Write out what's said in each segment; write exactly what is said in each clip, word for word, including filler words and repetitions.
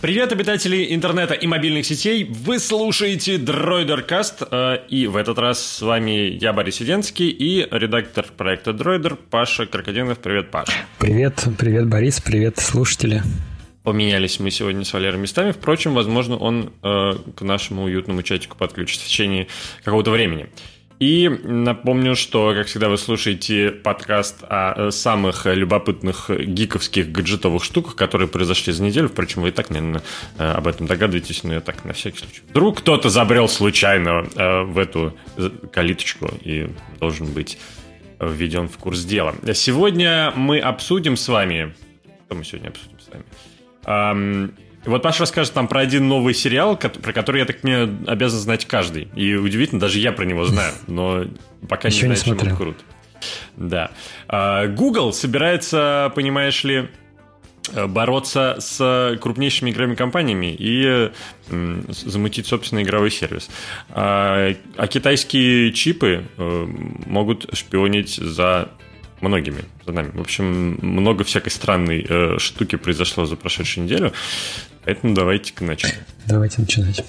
Привет, обитатели интернета и мобильных сетей! Вы слушаете DroiderCast, и в этот раз с вами я, Борис Сиденский, и редактор проекта Droider Паша Крокодинов. Привет, Паша. Привет, привет, Борис, привет, слушатели. Поменялись мы сегодня с Валерой местами. Впрочем, возможно, он э, к нашему уютному чатику подключится в течение какого-то времени. И напомню, что, как всегда, вы слушаете подкаст о самых любопытных гиковских гаджетовых штуках, которые произошли за неделю. Впрочем, вы и так, наверное, об этом догадываетесь, но я так на всякий случай. Вдруг кто-то забрел случайно в эту калиточку и должен быть введен в курс дела. Сегодня мы обсудим с вами... Что мы сегодня обсудим с вами? Вот Паша расскажет нам про один новый сериал, про который, я так понимаю, обязан знать каждый. И удивительно, даже я про него знаю, но пока Еще не не знаю, чем он крут. Да. Google собирается, понимаешь ли, бороться с крупнейшими игровыми компаниями и замутить собственный игровой сервис. А китайские чипы могут шпионить за... многими за нами. В общем, много всякой странной э, штуки произошло за прошедшую неделю. Поэтому давайте-ка начнем. Давайте начинать.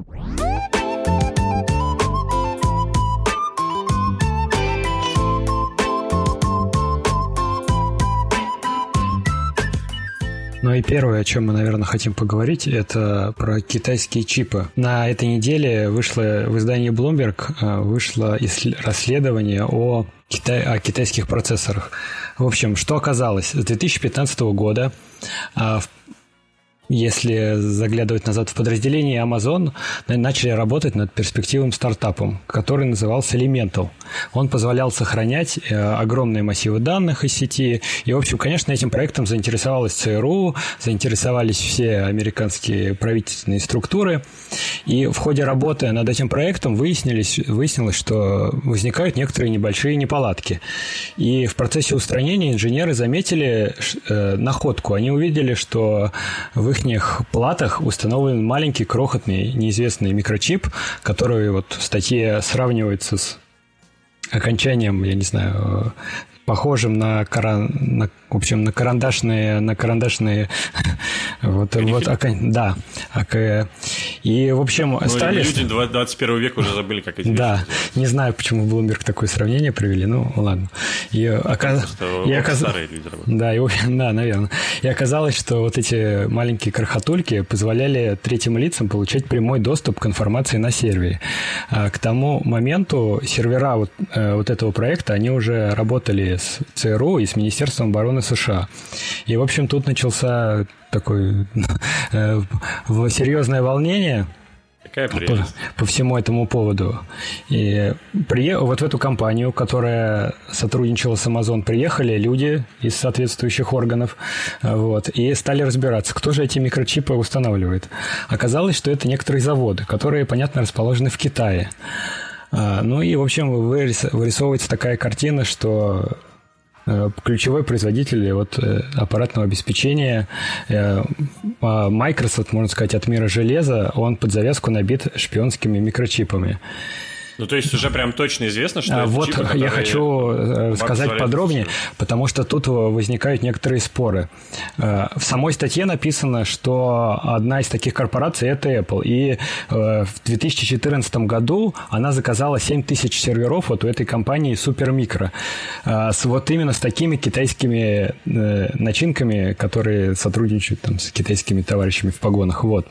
Ну и первое, о чем мы, наверное, хотим поговорить, это про китайские чипы. На этой неделе вышло в издании Bloomberg вышло расследование о, китай, о китайских процессорах. В общем, что оказалось? С две тысячи пятнадцатого года, если заглядывать назад в подразделение Amazon, начали работать над перспективным стартапом, который назывался Elemental. Он позволял сохранять огромные массивы данных из сети. И, в общем, конечно, этим проектом заинтересовалась ЦРУ, заинтересовались все американские правительственные структуры. И в ходе работы над этим проектом выяснилось, выяснилось, что возникают некоторые небольшие неполадки. И в процессе устранения инженеры заметили э, находку. Они увидели, что в их платах установлен маленький, крохотный, неизвестный микрочип, который вот в статье сравнивается с окончанием, я не знаю, похожим на, каран... на в общем, на карандашные, на карандашные, вот, вот, окон... да, и, в общем, ну, стали... Люди двадцать первого века уже забыли, как эти да, вещи. Не знаю, почему Bloomberg такое сравнение привели, ну, ладно. И, оказ... и оказ... старые люди работают. Да, и... да, наверное. И оказалось, что вот эти маленькие крохотульки позволяли третьим лицам получать прямой доступ к информации на сервере. А к тому моменту сервера вот, вот этого проекта, они уже работали с ЦРУ и с Министерством обороны США. И, в общем, тут начался такое э, серьезное волнение по, по всему этому поводу. И при, вот в эту компанию, которая сотрудничала с Amazon, приехали люди из соответствующих органов вот, и стали разбираться, кто же эти микрочипы устанавливает. Оказалось, что это некоторые заводы, которые, понятно, расположены в Китае. Ну и, в общем, вырисовывается такая картина, что ключевой производитель вот, аппаратного обеспечения Microsoft, можно сказать, от мира железа, он под завязку набит шпионскими микрочипами. Ну, то есть уже прям точно известно, что... А, вот чипы, я хочу рассказать подробнее, потому что тут возникают некоторые споры. В самой статье написано, что одна из таких корпораций – это Apple. И в две тысячи четырнадцатом году она заказала семь тысяч серверов вот у этой компании Supermicro. С, вот именно с такими китайскими начинками, которые сотрудничают там, с китайскими товарищами в погонах. Вот.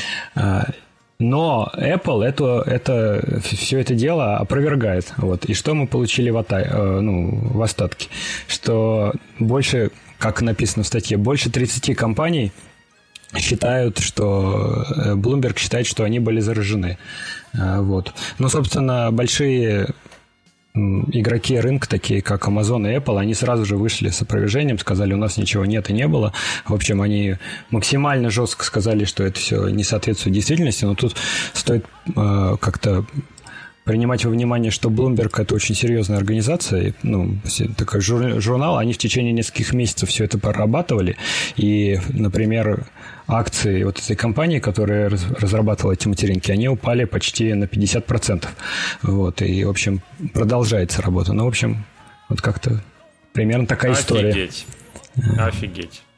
Но Apple это, это, все это дело опровергает. Вот. И что мы получили в, ата- ну, в остатке? Что больше, как написано в статье, больше тридцать компаний считают, что Bloomberg считает, что они были заражены. Вот. Ну, собственно, большие игроки рынка, такие как Amazon и Apple, они сразу же вышли с опровержением, сказали, у нас ничего нет и не было. В общем, они максимально жестко сказали, что это все не соответствует действительности, но тут стоит э, как-то принимать во внимание, что Bloomberg – это очень серьезная организация, ну, такой журнал, они в течение нескольких месяцев все это прорабатывали, и, например, акции вот этой компании, которая разрабатывала эти материнки, они упали почти на пятьдесят процентов. Вот, и, в общем, продолжается работа. Ну, в общем, вот как-то примерно такая Офигеть. история. Офигеть.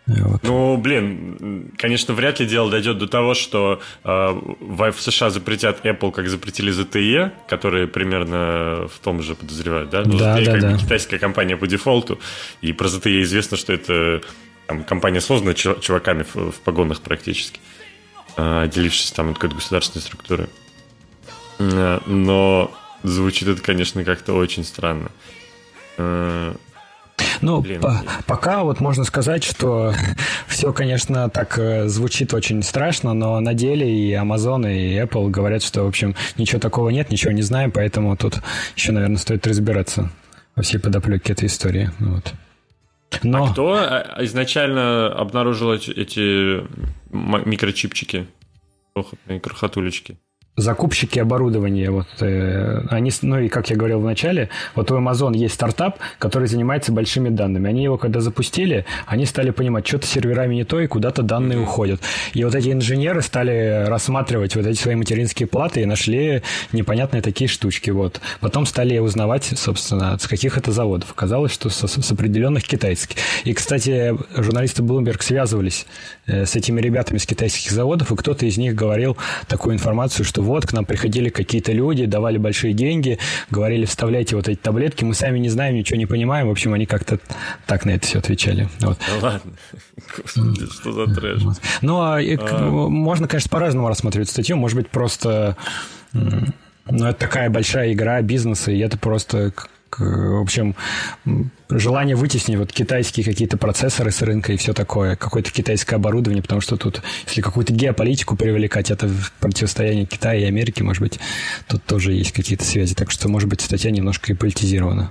Вот. Ну, блин, конечно, вряд ли дело дойдет до того, что э, в США запретят Apple, как запретили зет те и, которые примерно в том же подозревают, да? Ну, да, зет те и да, как да. бы китайская компания по дефолту, и про зет те и известно, что это там, компания создана чуваками в, в погонах практически, э, отделившись там от какой-то государственной структуры. Э, но звучит это, конечно, как-то очень странно. Э, Ну, Блин, по- блин. пока вот можно сказать, что все, конечно, так э, звучит очень страшно, но на деле и Amazon, и Apple говорят, что, в общем, ничего такого нет, ничего не знаем, поэтому тут еще, наверное, стоит разбираться во всей подоплеке этой истории. Вот. Но... А кто изначально обнаружил эти, эти микрочипчики, крохотные крохотулечки? Закупщики оборудования, вот, э, они, ну и как я говорил в начале, вот у Amazon есть стартап, который занимается большими данными. Они его когда запустили, они стали понимать, что-то с серверами не то, и куда-то данные mm-hmm. уходят. И вот эти инженеры стали рассматривать вот эти свои материнские платы и нашли непонятные такие штучки. Вот. Потом стали узнавать, собственно, с каких это заводов. Оказалось, что с, с определенных китайских. И, кстати, журналисты Bloomberg связывались э, с этими ребятами с китайских заводов, и кто-то из них говорил такую информацию, что вот, к нам приходили какие-то люди, давали большие деньги, говорили, вставляйте вот эти таблетки, мы сами не знаем, ничего не понимаем. В общем, они как-то так на это все отвечали. Вот. Да ладно. Господи, что за трэш. Вот. Ну, а, а... можно, конечно, по-разному рассматривать статью. Может быть, просто... Ну, это такая большая игра бизнеса, и это просто... В общем, желание вытеснить вот китайские какие-то процессоры с рынка и все такое, какое-то китайское оборудование, потому что тут, если какую-то геополитику привлекать, это в противостоянии Китая и Америки, может быть, тут тоже есть какие-то связи. Так что, может быть, статья немножко и политизирована.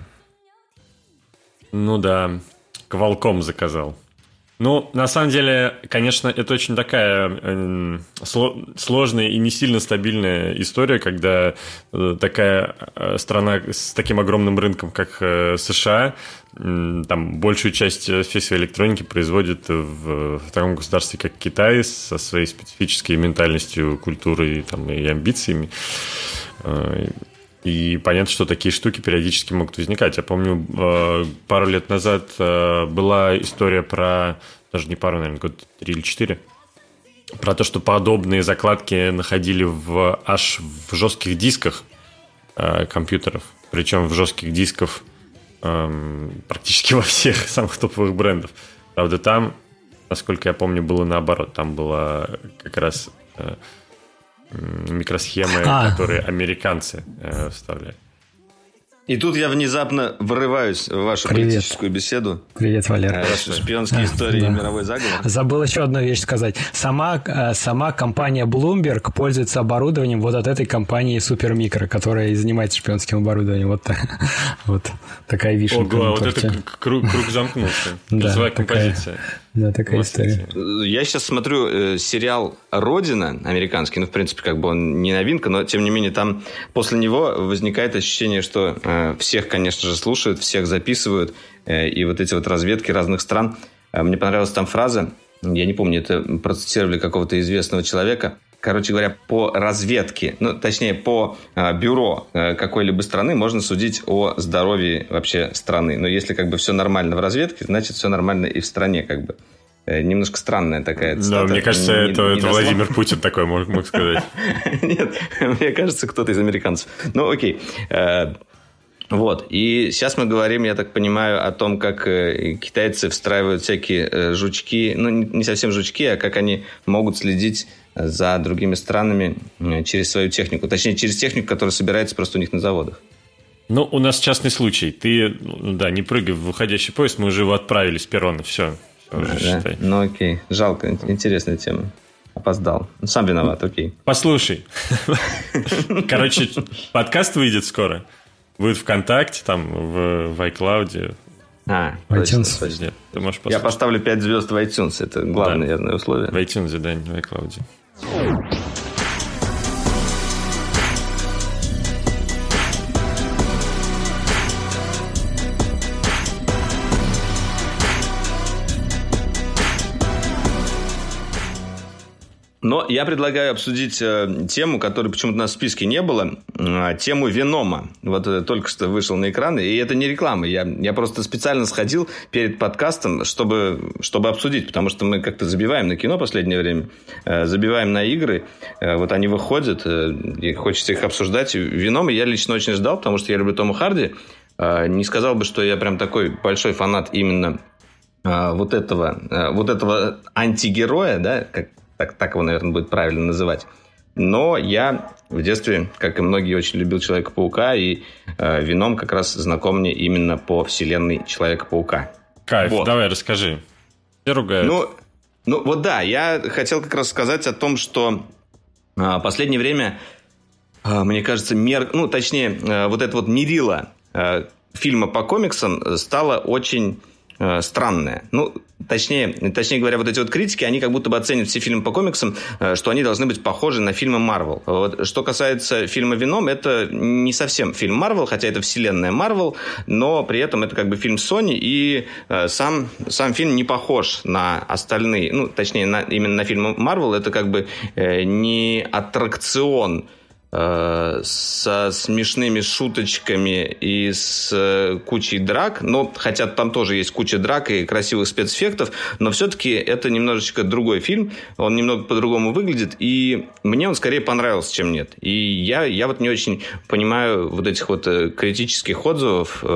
Ну да, Qualcomm заказал. Ну, на самом деле, конечно, это очень такая э, сложная и не сильно стабильная история, когда э, такая э, страна с таким огромным рынком, как э, США, э, там большую часть всей своей электроники производит в, в таком государстве, как Китай, со своей специфической ментальностью, культурой там, и амбициями. Э, И понятно, что такие штуки периодически могут возникать. Я помню, пару лет назад была история про, даже не пару, наверное, год три или четыре, про то, что подобные закладки находили в, аж в жестких дисках компьютеров. Причем в жестких дисках практически во всех самых топовых брендов. Правда, там, насколько я помню, было наоборот. Там была как раз... микросхемы, а. которые американцы э, вставляют. И тут я внезапно врываюсь в вашу Привет. политическую беседу. Привет, Валера. Ваши шпионские истории да. и мировой заговор. Забыл еще одну вещь сказать. Сама, сама компания Bloomberg пользуется оборудованием вот от этой компании Supermicro, которая занимается шпионским оборудованием. Вот, вот такая вишенка. Ого, вот это круг, круг замкнулся. Призывая композиция. Да, такая история. Я сейчас смотрю э, сериал «Родина» американский. Ну, в принципе, как бы он не новинка, но, тем не менее, там после него возникает ощущение, что э, всех, конечно же, слушают, всех записывают. Э, и вот эти вот разведки разных стран. Э, мне понравилась там фраза, я не помню, это процитировали какого-то известного человека. Короче говоря, по разведке, ну, точнее, по э, бюро э, какой-либо страны можно судить о здоровье вообще страны. Но если как бы все нормально в разведке, значит, все нормально и в стране, как бы. Э, немножко странная такая цитата. Да, мне кажется, не, это, не это Владимир Путин такой мог, мог сказать. Нет, мне кажется, кто-то из американцев. Ну, окей. Вот, и сейчас мы говорим, я так понимаю, о том, как китайцы встраивают всякие жучки, ну, не совсем жучки, а как они могут следить за другими странами через свою технику. Точнее, через технику, которая собирается просто у них на заводах. Ну, у нас частный случай. Ты, да, не прыгай в выходящий поезд, мы уже его отправили с перрона, все. все да? Ну, окей, жалко, интересная тема. Опоздал. Сам виноват, окей. Послушай, короче, подкаст выйдет скоро. Будет ВКонтакте, там, в, в iCloud. А, iTunes. Точно. Ты можешь Я поставлю пять звезд в iTunes. Это главное, да. наверное, условие. В iTunes, да, не в iCloud. Но я предлагаю обсудить э, тему, которой почему-то у нас в списке не было. Э, тему Венома. Вот э, только что вышел на экран. И это не реклама. Я, я просто специально сходил перед подкастом, чтобы, чтобы обсудить. Потому что мы как-то забиваем на кино в последнее время. Э, забиваем на игры. Э, вот они выходят. Э, и хочется их обсуждать. Венома я лично очень ждал, потому что я люблю Тома Харди. Э, не сказал бы, что я прям такой большой фанат именно э, вот этого, э, вот этого антигероя, да, как Так, так его, наверное, будет правильно называть. Но я в детстве, как и многие, очень любил Человека-паука. И э, Веном как раз знаком мне именно по вселенной Человека-паука. Кайф, вот. Давай расскажи. Все ругают. Ну, ну, вот да, я хотел как раз сказать о том, что э, последнее время, э, мне кажется, мер... ну, точнее, э, вот это вот мерило э, фильма по комиксам стало очень... странное. Ну, точнее, точнее говоря, вот эти вот критики, они как будто бы оценивают все фильмы по комиксам, что они должны быть похожи на фильмы Marvel. Вот, что касается фильма «Веном», это не совсем фильм Marvel, хотя это вселенная Marvel, но при этом это как бы фильм Sony, и э, сам, сам фильм не похож на остальные, ну, точнее, на, именно на фильм Marvel, это как бы э, не аттракцион со смешными шуточками и с кучей драк. Но, хотя там тоже есть куча драк и красивых спецэффектов, но все-таки это немножечко другой фильм. Он немного по-другому выглядит, и мне он скорее понравился, чем нет. И я, я вот не очень понимаю вот этих вот критических отзывов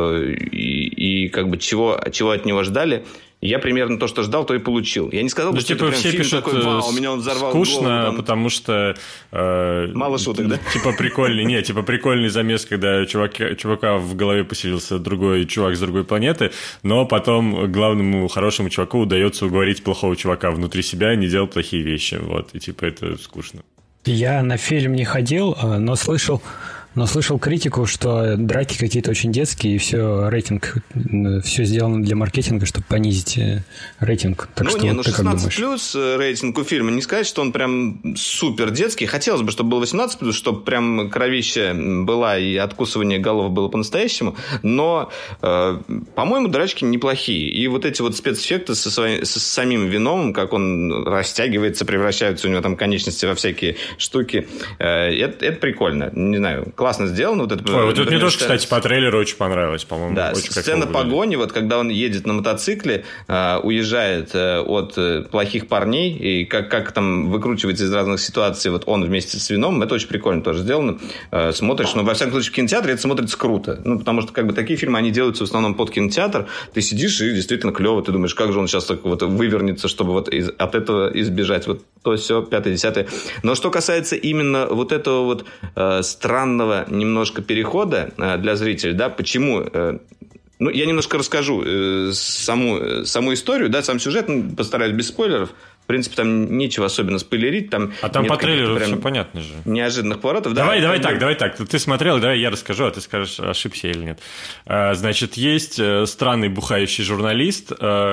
и, и как бы чего, чего от него ждали. Я примерно то, что ждал, то и получил. Я не сказал, ну, что типа, это прям все фильм пишут, такой, вау, меня он взорвал скучно, голову. Там... потому что... Э, Мало шуток, да? Типа прикольный, нет, типа прикольный замес, когда чувака, чувака в голове поселился другой чувак с другой планеты, но потом главному хорошему чуваку удается уговорить плохого чувака внутри себя не делать плохие вещи. Вот, и типа это скучно. Я на фильм не ходил, но слышал... Но слышал критику, что драки какие-то очень детские, и все, рейтинг, все сделано для маркетинга, чтобы понизить рейтинг. Так ну, что не, вот ну ты как думаешь? шестнадцать плюс рейтинг у фильма. Не сказать, что он прям супер детский. Хотелось бы, чтобы был восемнадцать плюс, чтобы прям кровища была и откусывание голов было по-настоящему. Но, э, по-моему, драчки неплохие. И вот эти вот спецэффекты со, своим, со самим Веномом, как он растягивается, превращаются у него там конечности во всякие штуки. Э, это, это прикольно. Не знаю, классно сделано. Вот это, Ой, вот это мне тоже, сцена... кстати, по трейлеру очень понравилось, по-моему. Да, очень сцена погони, вот когда он едет на мотоцикле, э, уезжает э, от э, плохих парней, и как, как там выкручивается из разных ситуаций вот он вместе с Веномом, это очень прикольно тоже сделано. Э, смотришь, но во всяком случае в кинотеатре это смотрится круто. Ну, потому что как бы такие фильмы, они делаются в основном под кинотеатр. Ты сидишь и действительно клево, ты думаешь, как же он сейчас так вот вывернется, чтобы вот из, от этого избежать. Вот то, все, пятое, десятое. Но что касается именно вот этого вот э, странного немножко перехода э, для зрителей, да, почему... Э, ну, я немножко расскажу э, саму, саму историю, да, сам сюжет, ну, постараюсь без спойлеров. В принципе, там нечего особенно спойлерить. Там а там по трейлеру все понятно же. Неожиданных поворотов. Давай, да, давай так, так, давай так. Ты смотрел, давай я расскажу, а ты скажешь, ошибся или нет. Значит, есть странный бухающий журналист,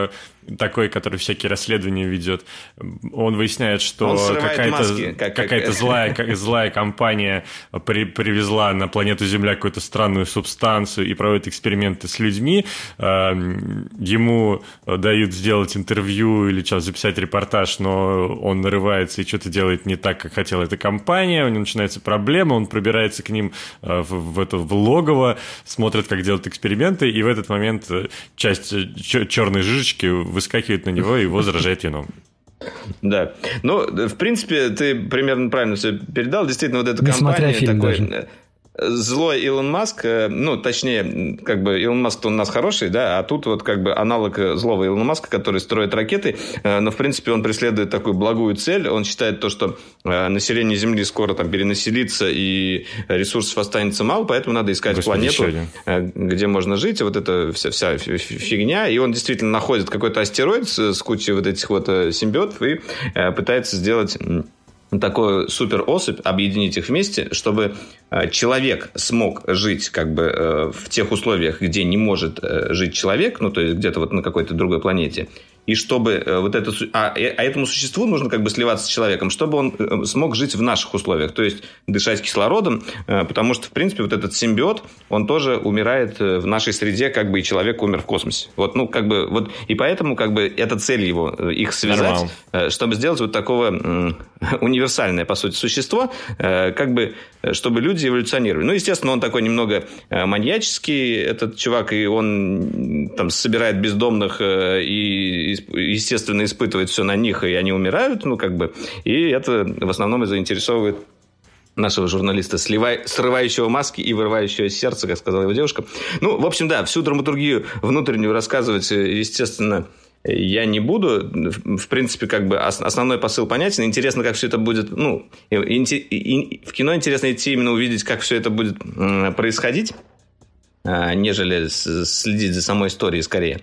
такой, который всякие расследования ведет. Он выясняет, что он какая-то, маски, как, какая-то как... злая, как, злая компания при, привезла на планету Земля какую-то странную субстанцию и проводит эксперименты с людьми. Ему дают сделать интервью или что, записать репортаж, но он нарывается и что-то делает не так, как хотела эта компания. У него начинается проблема, он пробирается к ним в, в, это, в логово, смотрит, как делают эксперименты, и в этот момент часть черной жижечки выскакивает на него, и его заражает Веном. Да. Ну, в принципе, ты примерно правильно все передал. Действительно, вот эта компания такой... Злой Илон Маск, ну, точнее, как бы Илон Маск-то у нас хороший, да, а тут вот как бы аналог злого Илона Маска, который строит ракеты, но, в принципе, он преследует такую благую цель. Он считает то, что население Земли скоро там перенаселится и ресурсов останется мало, поэтому надо искать Господи, планету, где можно жить, и вот эта вся, вся фигня. И он действительно находит какой-то астероид с кучей вот этих вот симбиотов и пытается сделать... такую супер особь, объединить их вместе, чтобы э, человек смог жить как бы э, в тех условиях, где не может э, жить человек, ну, то есть где-то вот на какой-то другой планете. и чтобы вот это... А, а этому существу нужно как бы сливаться с человеком, чтобы он смог жить в наших условиях, то есть дышать кислородом, потому что, в принципе, вот этот симбиот, он тоже умирает в нашей среде, как бы и человек умер в космосе. Вот, ну, как бы, вот, и поэтому, как бы, это цель его, их связать, Нормал. чтобы сделать вот такого универсальное, по сути, существо, как бы, чтобы люди эволюционировали. Ну, естественно, он такой немного маньяческий, этот чувак, и он там собирает бездомных и, естественно, испытывает все на них, и они умирают, ну, как бы, и это в основном и заинтересовывает нашего журналиста, сливай, срывающего маски и вырывающего сердце, как сказала его девушка. Ну, в общем, да, всю драматургию внутреннюю рассказывать, естественно, я не буду. В принципе, как бы основной посыл понятен. Интересно, как все это будет... Ну, и, и, и в кино интересно идти именно увидеть, как все это будет происходить, нежели следить за самой историей скорее.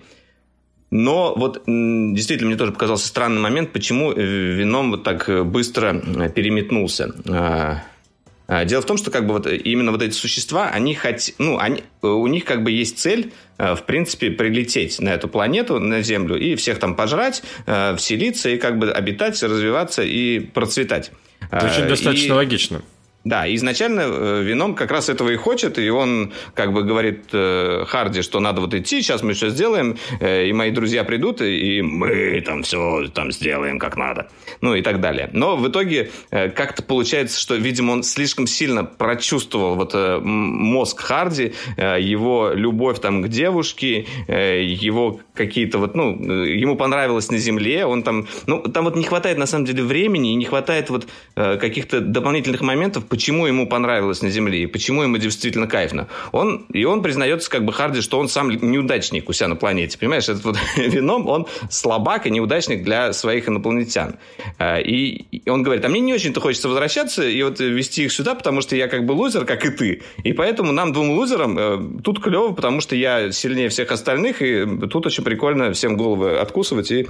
Но вот действительно мне тоже показался странный момент, почему Веном вот так быстро переметнулся. Дело в том, что как бы вот именно вот эти существа, они хоть, ну, они, у них как бы есть цель, в принципе, прилететь на эту планету, на Землю, и всех там пожрать, вселиться и как бы обитать, развиваться и процветать. Звучит достаточно и... логично. Да, изначально Веном как раз этого и хочет, и он как бы говорит э, Харди, что надо вот идти, сейчас мы все сделаем, э, и мои друзья придут, и мы там все там сделаем как надо, ну и так далее. Но в итоге э, как-то получается, что, видимо, он слишком сильно прочувствовал вот э, мозг Харди, э, его любовь там к девушке, э, его какие-то вот, ну, ему понравилось на Земле, он там, ну, там вот не хватает на самом деле времени, и не хватает вот э, каких-то дополнительных моментов, почему ему понравилось на Земле и почему ему действительно кайфно. Он, и он признается, как бы, Харди, что он сам неудачник у себя на планете. Понимаешь, этот вот Веном, он слабак и неудачник для своих инопланетян. И, и он говорит, а мне не очень-то хочется возвращаться и вот вести их сюда, потому что я как бы лузер, как и ты. И поэтому нам, двум лузерам, э, тут клево, потому что я сильнее всех остальных, и тут очень прикольно всем головы откусывать и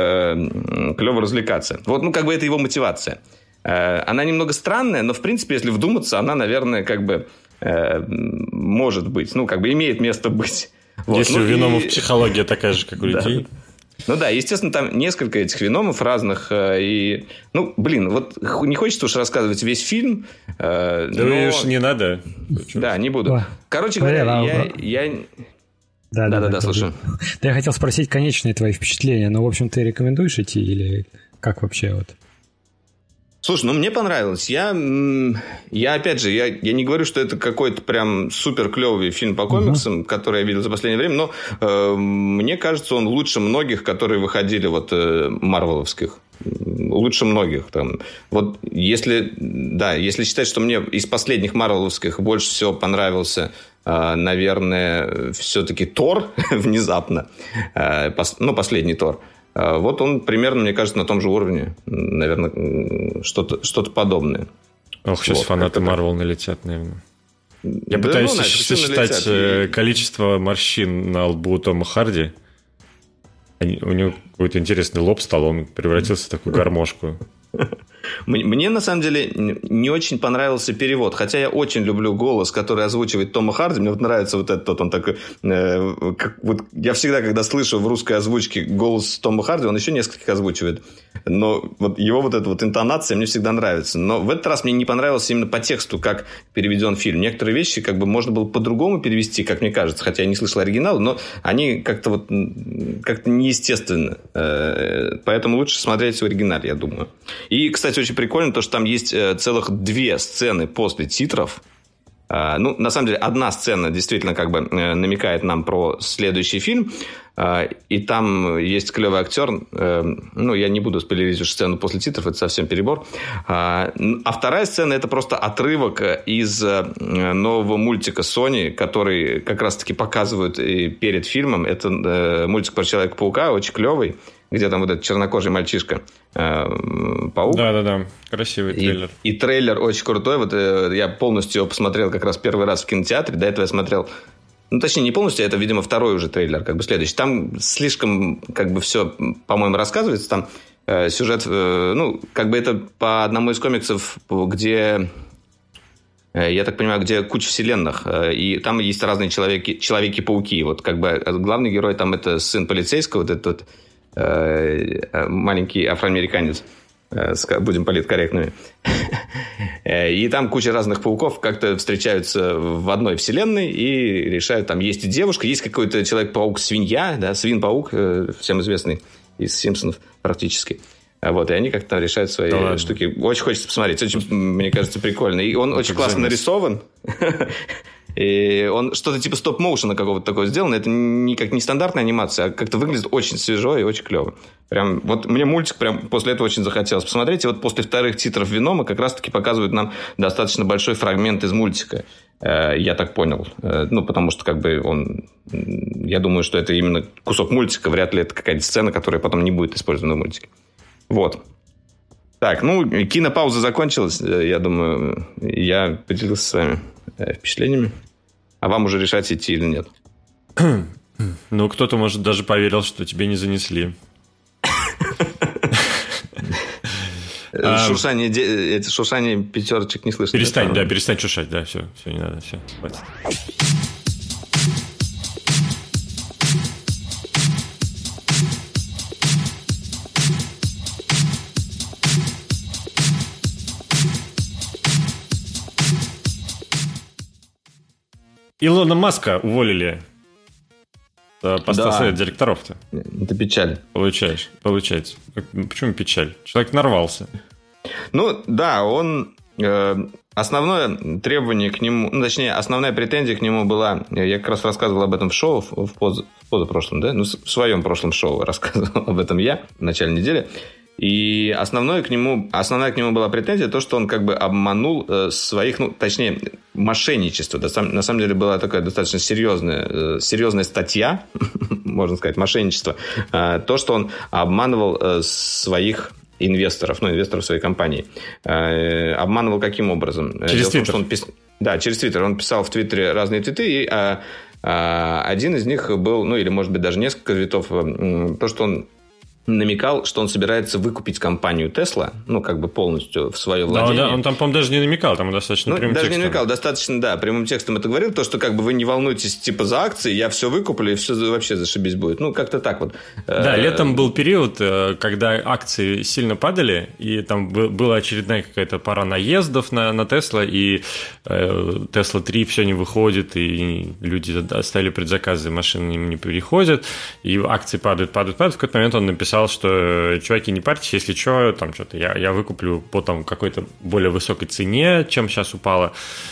э, клево развлекаться. Вот, ну, как бы это его мотивация. Она немного странная, но, в принципе, если вдуматься, она, наверное, как бы э, может быть, ну, как бы имеет место быть. Вот. Если ну, у Веномов и... психология такая же, как у да. людей. Ну да, естественно, там несколько этих Веномов разных. И, ну, блин, вот не хочется уж рассказывать весь фильм. Да но... уж не надо. Да, не буду. Короче говоря, я... я... Да, да, да, да, слушаю. Да, я хотел спросить конечные твои впечатления, но, в общем, ты рекомендуешь идти или как вообще вот? Слушай, ну мне понравилось. Я, я опять же, я, я не говорю, что это какой-то прям супер клевый фильм по комиксам, uh-huh. который я видел за последнее время, но э, мне кажется, он лучше многих, которые выходили вот э, марвеловских. Лучше многих. Там. Вот если, да, если считать, что мне из последних марвеловских больше всего понравился, э, наверное, все-таки Тор внезапно. Э, пос, ну, последний Тор. Вот он примерно, мне кажется, на том же уровне. Наверное, что-то, что-то подобное. Ох, сейчас вот, фанаты Марвел налетят, наверное. Я да, пытаюсь ну, сосчитать налетят. количество морщин на лбу Тома Харди. У него какой-то интересный лоб стал, он превратился в такую гармошку. Мне, на самом деле, не очень понравился перевод. Хотя я очень люблю голос, который озвучивает Тома Харди. Мне вот нравится вот этот, он такой... Э, как, вот я всегда, когда слышу в русской озвучке голос Тома Харди, он еще нескольких озвучивает. Но вот его вот эта вот интонация мне всегда нравится. Но в этот раз мне не понравилось именно по тексту, как переведен фильм. Некоторые вещи как бы можно было по-другому перевести, как мне кажется. Хотя я не слышал оригинала, но они как-то вот как-то неестественно. Э, поэтому лучше смотреть в оригинале, я думаю. И, кстати, очень прикольно то, что там есть целых две сцены после титров. Ну, на самом деле, одна сцена действительно как бы намекает нам про следующий фильм. И там есть клевый актер. Ну, я не буду спойлерить уже сцену после титров, это совсем перебор. А вторая сцена – это просто отрывок из нового мультика Sony, который как раз-таки показывают перед фильмом. Это мультик про Человека-паука, очень клевый, где там вот этот чернокожий мальчишка паук. Да-да-да, красивый трейлер. И, и трейлер очень крутой. Вот я полностью его посмотрел как раз первый раз в кинотеатре. До этого я смотрел... Ну, точнее, не полностью, это, видимо, второй уже трейлер, как бы следующий. Там слишком, как бы, все, по-моему, рассказывается. Там э, сюжет, э, ну, как бы это по одному из комиксов, где, э, я так понимаю, где куча вселенных. Э, и там есть разные человеки, человеки-пауки. Вот, как бы, главный герой там это сын полицейского, вот этот э, маленький афроамериканец. Будем политкорректными. И там куча разных пауков как-то встречаются в одной вселенной и решают, там есть и девушка, есть какой-то человек-паук-свинья, да, свин-паук, всем известный из «Симпсонов» практически. Вот, и они как-то решают свои да штуки. Ладно. Очень хочется посмотреть. Очень, мне кажется, прикольно. И он это очень классно замес. нарисован. И он что-то типа стоп-моушена какого-то такого сделано. Это не как не стандартная анимация, а как-то выглядит очень свежо и очень клево. Прям, вот мне мультик прям после этого очень захотелось посмотреть. И вот после вторых титров «Венома» как раз-таки показывают нам достаточно большой фрагмент из мультика. Я так понял. Ну, потому что как бы он... Я думаю, что это именно кусок мультика. Вряд ли это какая-то сцена, которая потом не будет использована в мультике. Вот. Так, ну, кинопауза закончилась. Я думаю, я поделился с вами впечатлениями. А вам уже решать, идти или нет. Ну, кто-то, может, даже поверил, что тебе не занесли. Шуршание, эти шуршание пятерочек не слышно. Перестань, да, перестань шуршать, да, все, все, не надо, все, хватит. Илона Маска уволили с поста да. совета директоров-то. Это печаль. Получаешь, получается. Почему печаль? Человек нарвался. Ну, да, он... Э, основное требование к нему... Ну, точнее, основная претензия к нему была... Я как раз рассказывал об этом в шоу, в, поз, в позапрошлом, да? Ну, в своем прошлом шоу рассказывал об этом я в начале недели. И основное к нему, основная к нему была претензия, то, что он как бы обманул э, своих, ну, точнее, мошенничество. На самом деле была такая достаточно серьезная, э, серьезная статья, можно сказать, мошенничество. Э, то, что он обманывал э, своих инвесторов, ну, инвесторов своей компании. Э, обманывал каким образом? Через Твиттер. Он пис... Да, через Твиттер. Он писал в Твиттере разные твиты, и а, а, один из них был, ну, или, может быть, даже несколько твитов, то, что он намекал, что он собирается выкупить компанию Tesla, ну, как бы полностью в свое владение. Да, да, он там, по-моему, даже не намекал, там достаточно ну, прямым даже текстом. не намекал, достаточно, да, прямым текстом это говорил, то, что как бы вы не волнуйтесь, типа, за акции, я все выкуплю, и все вообще зашибись будет. Ну, как-то так вот. Да, летом был период, когда акции сильно падали, и там была очередная какая-то пара наездов на, на Tesla, и Tesla три все не выходит, и люди оставили предзаказы, машины им не переходят, и акции падают, падают, падают. В какой-то момент он написал, что чуваки, не парьтесь, если что, там что-то я, я выкуплю по там, какой-то более высокой цене, чем сейчас упало.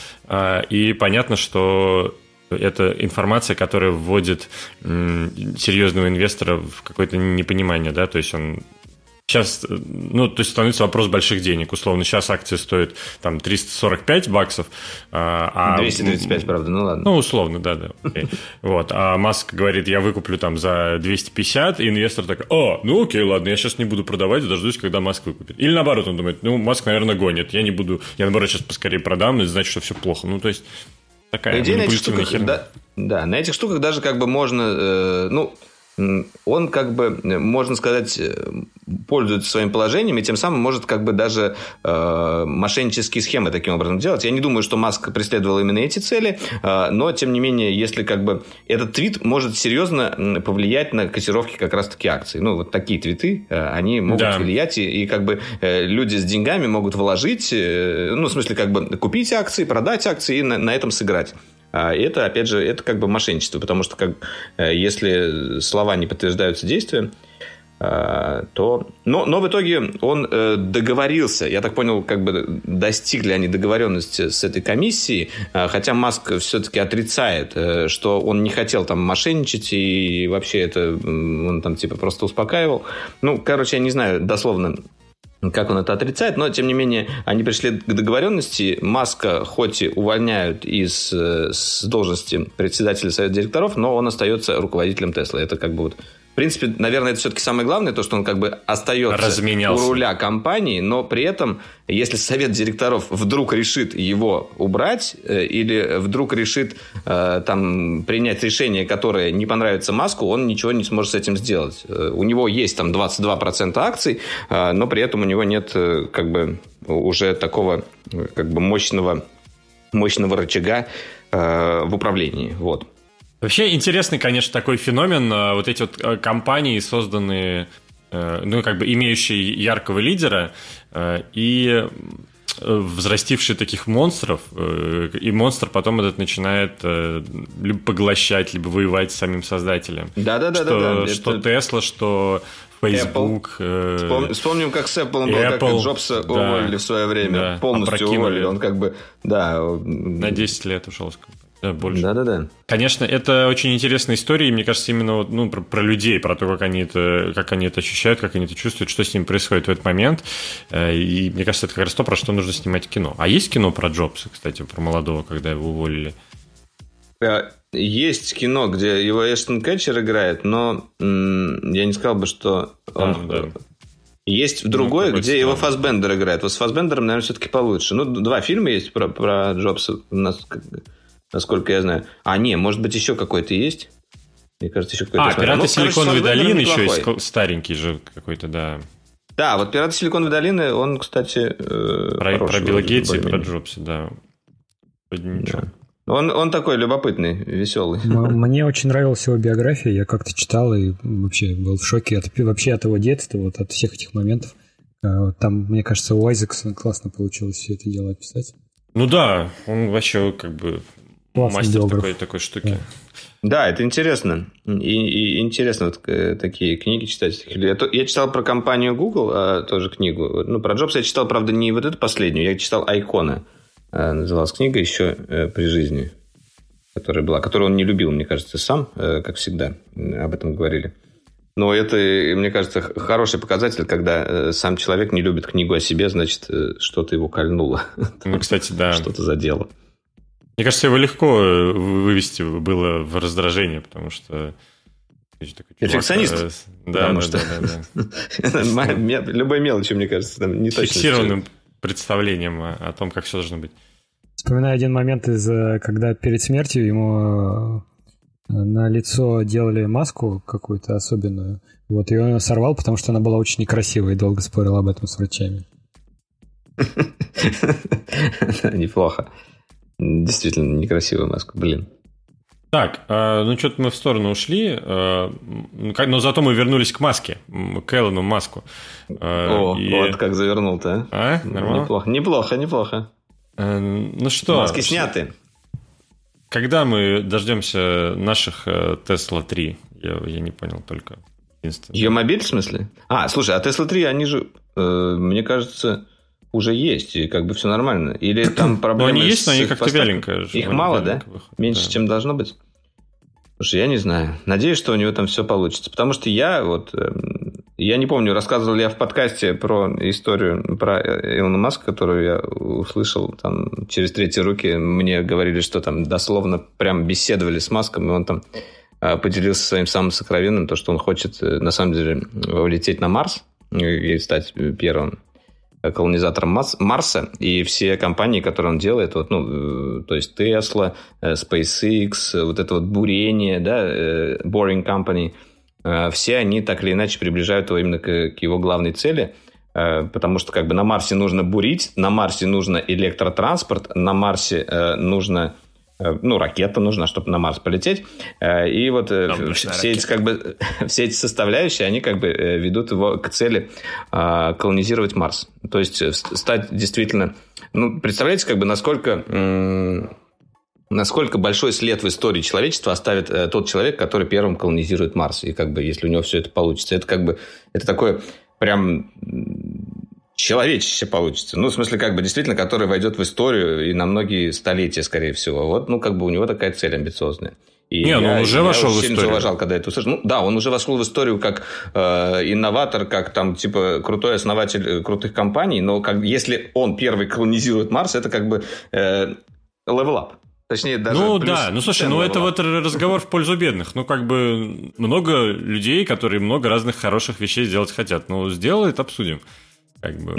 И понятно, что это информация, которая вводит серьезного инвестора в какое-то непонимание, да, то есть он сейчас, ну, то есть становится вопрос больших денег. Условно, сейчас акции стоят там триста сорок пять баксов. А, двести тридцать пять, правда, ну ладно. Ну, условно, да, да. Okay. Вот. А Маск говорит, я выкуплю там за двести пятьдесят, и инвестор такой, о, ну окей, ладно, я сейчас не буду продавать, дождусь, когда Маск выкупит. Или наоборот, он думает, ну, Маск, наверное, гонит, я не буду, я наоборот сейчас поскорее продам, и значит, что все плохо. Ну, то есть, такая манипулятивная херня. Да, да, на этих штуках даже как бы можно, э, ну... он как бы, можно сказать, пользуется своим положением и тем самым может как бы даже э, мошеннические схемы таким образом делать. Я не думаю, что Маск преследовал именно эти цели, э, но тем не менее, если как бы этот твит может серьезно повлиять на котировки как раз-таки акций. Ну, вот такие твиты, э, они могут да. влиять, и, и как бы э, люди с деньгами могут вложить, э, ну, в смысле, как бы купить акции, продать акции и на, на этом сыграть. Это, опять же, это как бы мошенничество, потому что как, если слова не подтверждаются действием, то... Но, но в итоге он договорился, я так понял, как бы достигли они договоренности с этой комиссией, хотя Маск все-таки отрицает, что он не хотел там мошенничать, и вообще это он там типа просто успокаивал. Ну, короче, я не знаю дословно, как он это отрицает, но, тем не менее, они пришли к договоренности. Маска хоть и увольняют из с должности председателя совета директоров, но он остается руководителем Tesla. Это как бы вот... В принципе, наверное, это все-таки самое главное, то, что он как бы остается разменялся у руля компании, но при этом, если совет директоров вдруг решит его убрать э, или вдруг решит э, там, принять решение, которое не понравится Маску, он ничего не сможет с этим сделать. Э, у него есть там двадцать два процента акций, э, но при этом у него нет э, как бы уже такого как бы мощного, мощного рычага э, в управлении. Вот. Вообще интересный, конечно, такой феномен. Вот эти вот компании, созданные, ну, как бы имеющие яркого лидера и взрастившие таких монстров, и монстр потом этот начинает либо поглощать, либо воевать с самим создателем. Да-да-да. Что, что Tesla, что Facebook. Э... Вспомним, как с Apple было, Apple, как Джобса да, уволили в свое время. Да, полностью опрокинули. Уволили. Он как бы, да... На десять лет ушел с компании. Да, больше. Да-да-да. Конечно, это очень интересная история, и мне кажется, именно вот, ну, про, про людей, про то, как они, это, как они это ощущают, как они это чувствуют, что с ними происходит в этот момент. И мне кажется, это как раз то, про что нужно снимать кино. А есть кино про Джобса, кстати, про молодого, когда его уволили? Есть кино, где его Эштон Катчер играет, но м- я не сказал бы, что он... А, да. Есть другой, ну, где его Фассбендер играет. Вот с Фассбендером, наверное, все-таки получше. Ну, два фильма есть про, про Джобса, насколько я знаю. А, не, может быть, еще какой-то есть? Мне кажется, еще какой-то... А, «Пираты ну, Силиконовой долины» еще есть, старенький же какой-то, да. Да, вот «Пираты Силиконовой долины», он, кстати... Э, про про Билла Гейтса и про Джобса, да. Ничего. Да. Он, он такой любопытный, веселый. Мне очень нравилась его биография, я как-то читал и вообще был в шоке от, вообще от его детства, вот от всех этих моментов. Там, мне кажется, у Айзексона классно получилось все это дело описать. Ну да, он вообще как бы классный мастер биограф. такой, такой штуки. Да. Да, это интересно. И, и интересно вот такие книги читать. Я, я читал про компанию Google, а, тоже книгу. Ну, про Джобса я читал, правда, не вот эту последнюю, я читал «Айкона». Называлась книга еще э, при жизни, которая была, которую он не любил, мне кажется, сам, э, как всегда, об этом говорили. Но это, мне кажется, хороший показатель, когда э, сам человек не любит книгу о себе, значит, э, что-то его кольнуло. Ну, кстати, да. Что-то задело. Мне кажется, его легко вывести было в раздражение, потому что... Перфекционист? Э, да, да, что... да, да. Любой мелочи, мне кажется, там не точно. Фиксированным представлением о том, как все должно быть. Вспоминаю один момент, из, когда перед смертью ему на лицо делали маску какую-то особенную, вот, и он ее сорвал, потому что она была очень некрасивая, и долго спорил об этом с врачами. Неплохо. Действительно, некрасивая маска, блин. Так, ну что-то мы в сторону ушли, но зато мы вернулись к маске, к Элону Маску. О, и... вот как завернул-то, а? А? Нормально? Неплохо, неплохо, неплохо. Ну что? Маски сняты. Когда мы дождемся наших Tesla три? Я, я не понял только. Ее мобиль, в смысле? А, слушай, а Tesla три, они же, э, мне кажется, уже есть, и как бы все нормально. Или там проблемы но они есть, с но они как-то вяленько. Их мало, да? Выходит, меньше, да. чем должно быть? Слушай, я не знаю. Надеюсь, что у него там все получится. Потому что я вот... Я не помню, рассказывал ли я в подкасте про историю про Илона Маска, которую я услышал там через третьи руки. Мне говорили, что там дословно прям беседовали с Маском, и он там поделился своим самым сокровенным, то, что он хочет на самом деле улететь на Марс и стать первым колонизатором Марса, и все компании, которые он делает, вот, ну, то есть Tesla, SpaceX, вот это вот бурение, да, Boring Company, все они так или иначе приближают его именно к, к его главной цели, потому что как бы на Марсе нужно бурить, на Марсе нужно электротранспорт, на Марсе нужно, ну, ракета нужна, чтобы на Марс полететь, и вот Нам все эти, как бы, все эти составляющие, они как бы ведут его к цели колонизировать Марс. То есть стать действительно... Ну, представляете, как бы, насколько... насколько большой след в истории человечества оставит э, тот человек, который первым колонизирует Марс. И как бы, если у него все это получится, это как бы, это такое прям человечище получится. Ну, в смысле, как бы, действительно, который войдет в историю и на многие столетия, скорее всего. Вот, ну, как бы, у него такая цель амбициозная. И Не, я, ну он уже я вошел очень в историю. сильно зауважал, когда это услышал. Ну, да, он уже вошел в историю как э, инноватор, как там, типа, крутой основатель крутых компаний. Но как, если он первый колонизирует Марс, это как бы э, level up. Точнее, даже ну да, ну слушай, ну это вот разговор в пользу бедных. Ну как бы много людей, которые много разных хороших вещей сделать хотят. Ну сделает, обсудим. Как бы. Ну,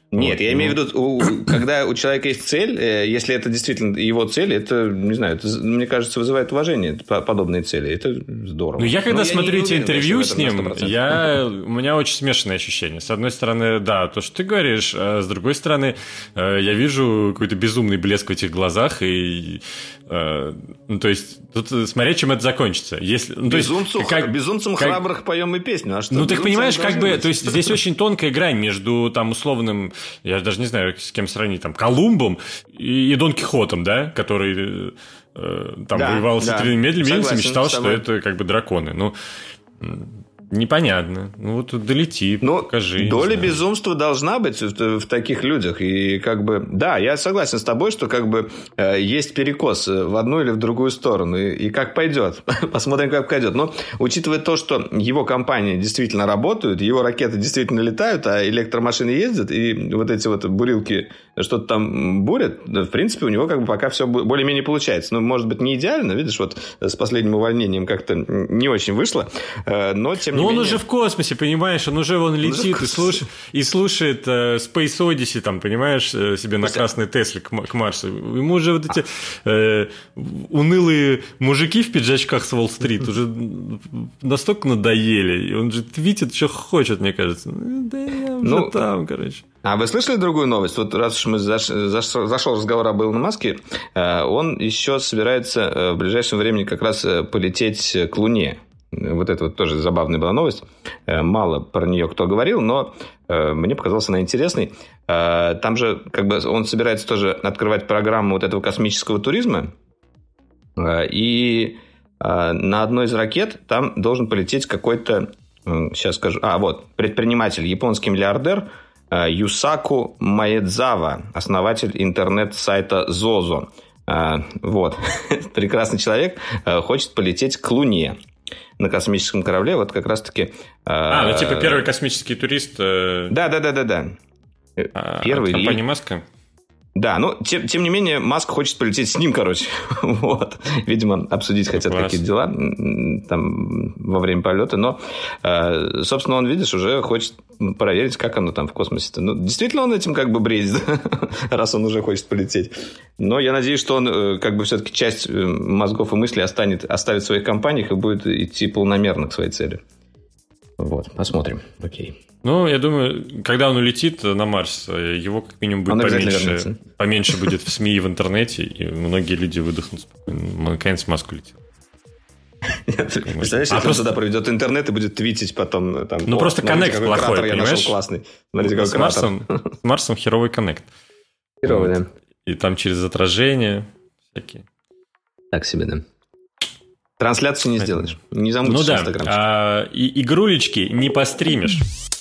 Нет, вот, я ну... имею в виду, у, когда у человека есть цель, если это действительно его цель, это, не знаю, это, мне кажется, вызывает уважение, подобные цели. Это здорово. Ну, я когда Но смотрю я эти уверен, интервью с ним, я... у меня очень смешанные ощущения. С одной стороны, да, то, что ты говоришь, а с другой стороны, я вижу какой-то безумный блеск в этих глазах, и... Ну, то есть, тут смотреть, чем это закончится. Если, ну, Безумцу, есть, как, безумцам как... храбрых поем и песню. А что, ну, ты понимаешь, как бы, быть? то есть, здесь очень тонкая грань между, там, условным, я даже не знаю, с кем сравнить, там, Колумбом и, и Дон Кихотом, да, который э, там да, воевал с да. медведями и считал, что это, как бы, драконы. Ну, непонятно. Ну, вот долети, ну, покажи. Доля безумства должна быть в, в таких людях. И как бы, да, я согласен с тобой, что как бы э, есть перекос в одну или в другую сторону. И, и как пойдет. Посмотрим, как пойдет. Но учитывая то, что его компании действительно работают, его ракеты действительно летают, а электромашины ездят, и вот эти вот бурилки что-то там бурят, в принципе, у него как бы пока все более-менее получается. Ну, может быть, не идеально. Видишь, вот с последним увольнением как-то не очень вышло. Но, тем не Ну, он менее... уже в космосе, понимаешь, он уже вон летит и, слуш... и слушает э, Space Odyssey, там, понимаешь, э, себе на красной Тесле к, к Марсу. Ему уже вот эти э, унылые мужики в пиджачках с Уолл-стрит уже настолько надоели, и он же твитит, что хочет, мне кажется. Да я уже ну, там, короче. А вы слышали другую новость? Вот раз уж мы заш... Заш... зашел разговор об Илоне Маске, он еще собирается в ближайшем времени как раз полететь к Луне. Вот это вот тоже забавная была новость. Мало про нее кто говорил, но мне показалась она интересной. Там же как бы он собирается тоже открывать программу вот этого космического туризма. И на одной из ракет там должен полететь какой-то... Сейчас скажу... А, вот, предприниматель, японский миллиардер Юсаку Маэдзава, основатель интернет-сайта Зозо. Вот. Прекрасный человек, хочет полететь к Луне. На космическом корабле, вот как раз-таки... А, ну типа первый космический турист... Да-да-да-да-да. Первый. От компании Маска? Да, но тем, тем не менее, Маск хочет полететь с ним, короче. Вот. Видимо, обсудить хотят Класс. Какие-то дела там во время полета. Но, собственно, он, видишь, уже хочет проверить, как оно там в космосе-то. Ну, действительно, он этим как бы бредит, раз он уже хочет полететь. Но я надеюсь, что он как бы все-таки часть мозгов и мыслей останет, оставит в своих компаниях и будет идти полномерно к своей цели. Вот, посмотрим. Окей. Ну, я думаю, когда он улетит на Марс, его как минимум будет поменьше, поменьше будет в СМИ и в интернете, и многие люди выдохнут спокойно. Наконец Маск улетел. Представляешь, если он туда проведет интернет и будет твитить потом... Ну, просто коннект плохой, я нашел классный. С Марсом, с Марсом херовый коннект. Херовый, да. И там через отражение всякие. Так себе, да. Трансляцию не сделаешь. Не замутишь Инстаграм. Ну да, и игрулечки не постримишь.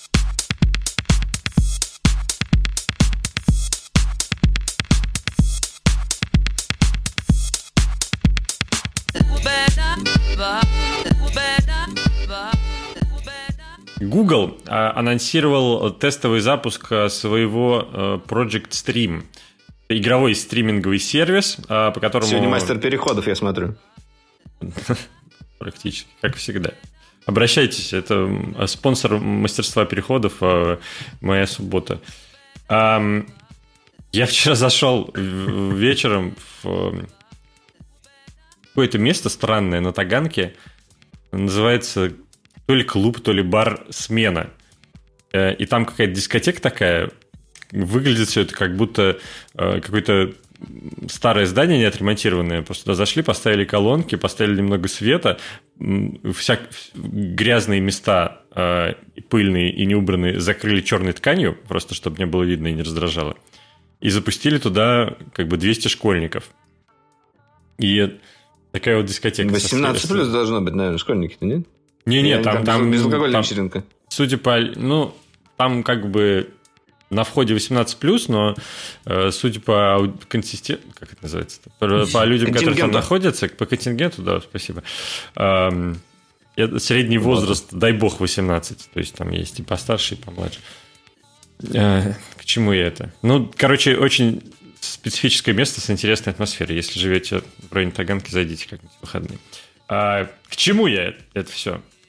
Google анонсировал тестовый запуск своего Project Stream. Игровой стриминговый сервис, по которому... Сегодня мастер переходов, я смотрю. Практически, как всегда. Обращайтесь, это спонсор мастерства переходов «Моя суббота». Я вчера зашел вечером в какое-то место странное на Таганке. Называется то ли клуб, то ли бар «Смена». И там какая-то дискотека такая. Выглядит все это как будто какое-то старое здание не отремонтированное. Просто туда зашли, поставили колонки, поставили немного света. Вся... Грязные места, пыльные и неубранные, закрыли черной тканью, просто чтобы не было видно и не раздражало. И запустили туда как бы двести школьников. И такая вот дискотека. восемнадцать плюс должно быть, наверное, школьники-то, нет? Не-не, там... там безалкогольная вечеринка. Судя по... Ну, там как бы... На входе восемнадцать плюс, но э, судя по консистенции, как это называется, по, по людям, которые там находятся, по контингенту, да, спасибо. Э, средний возраст, дай бог, восемнадцать. То есть там есть и постарше, и помладше. Э, к чему я это? Ну, короче, очень специфическое место с интересной атмосферой. Если живете в районе Таганки, зайдите как-нибудь в выходные. А, к чему я это, это все?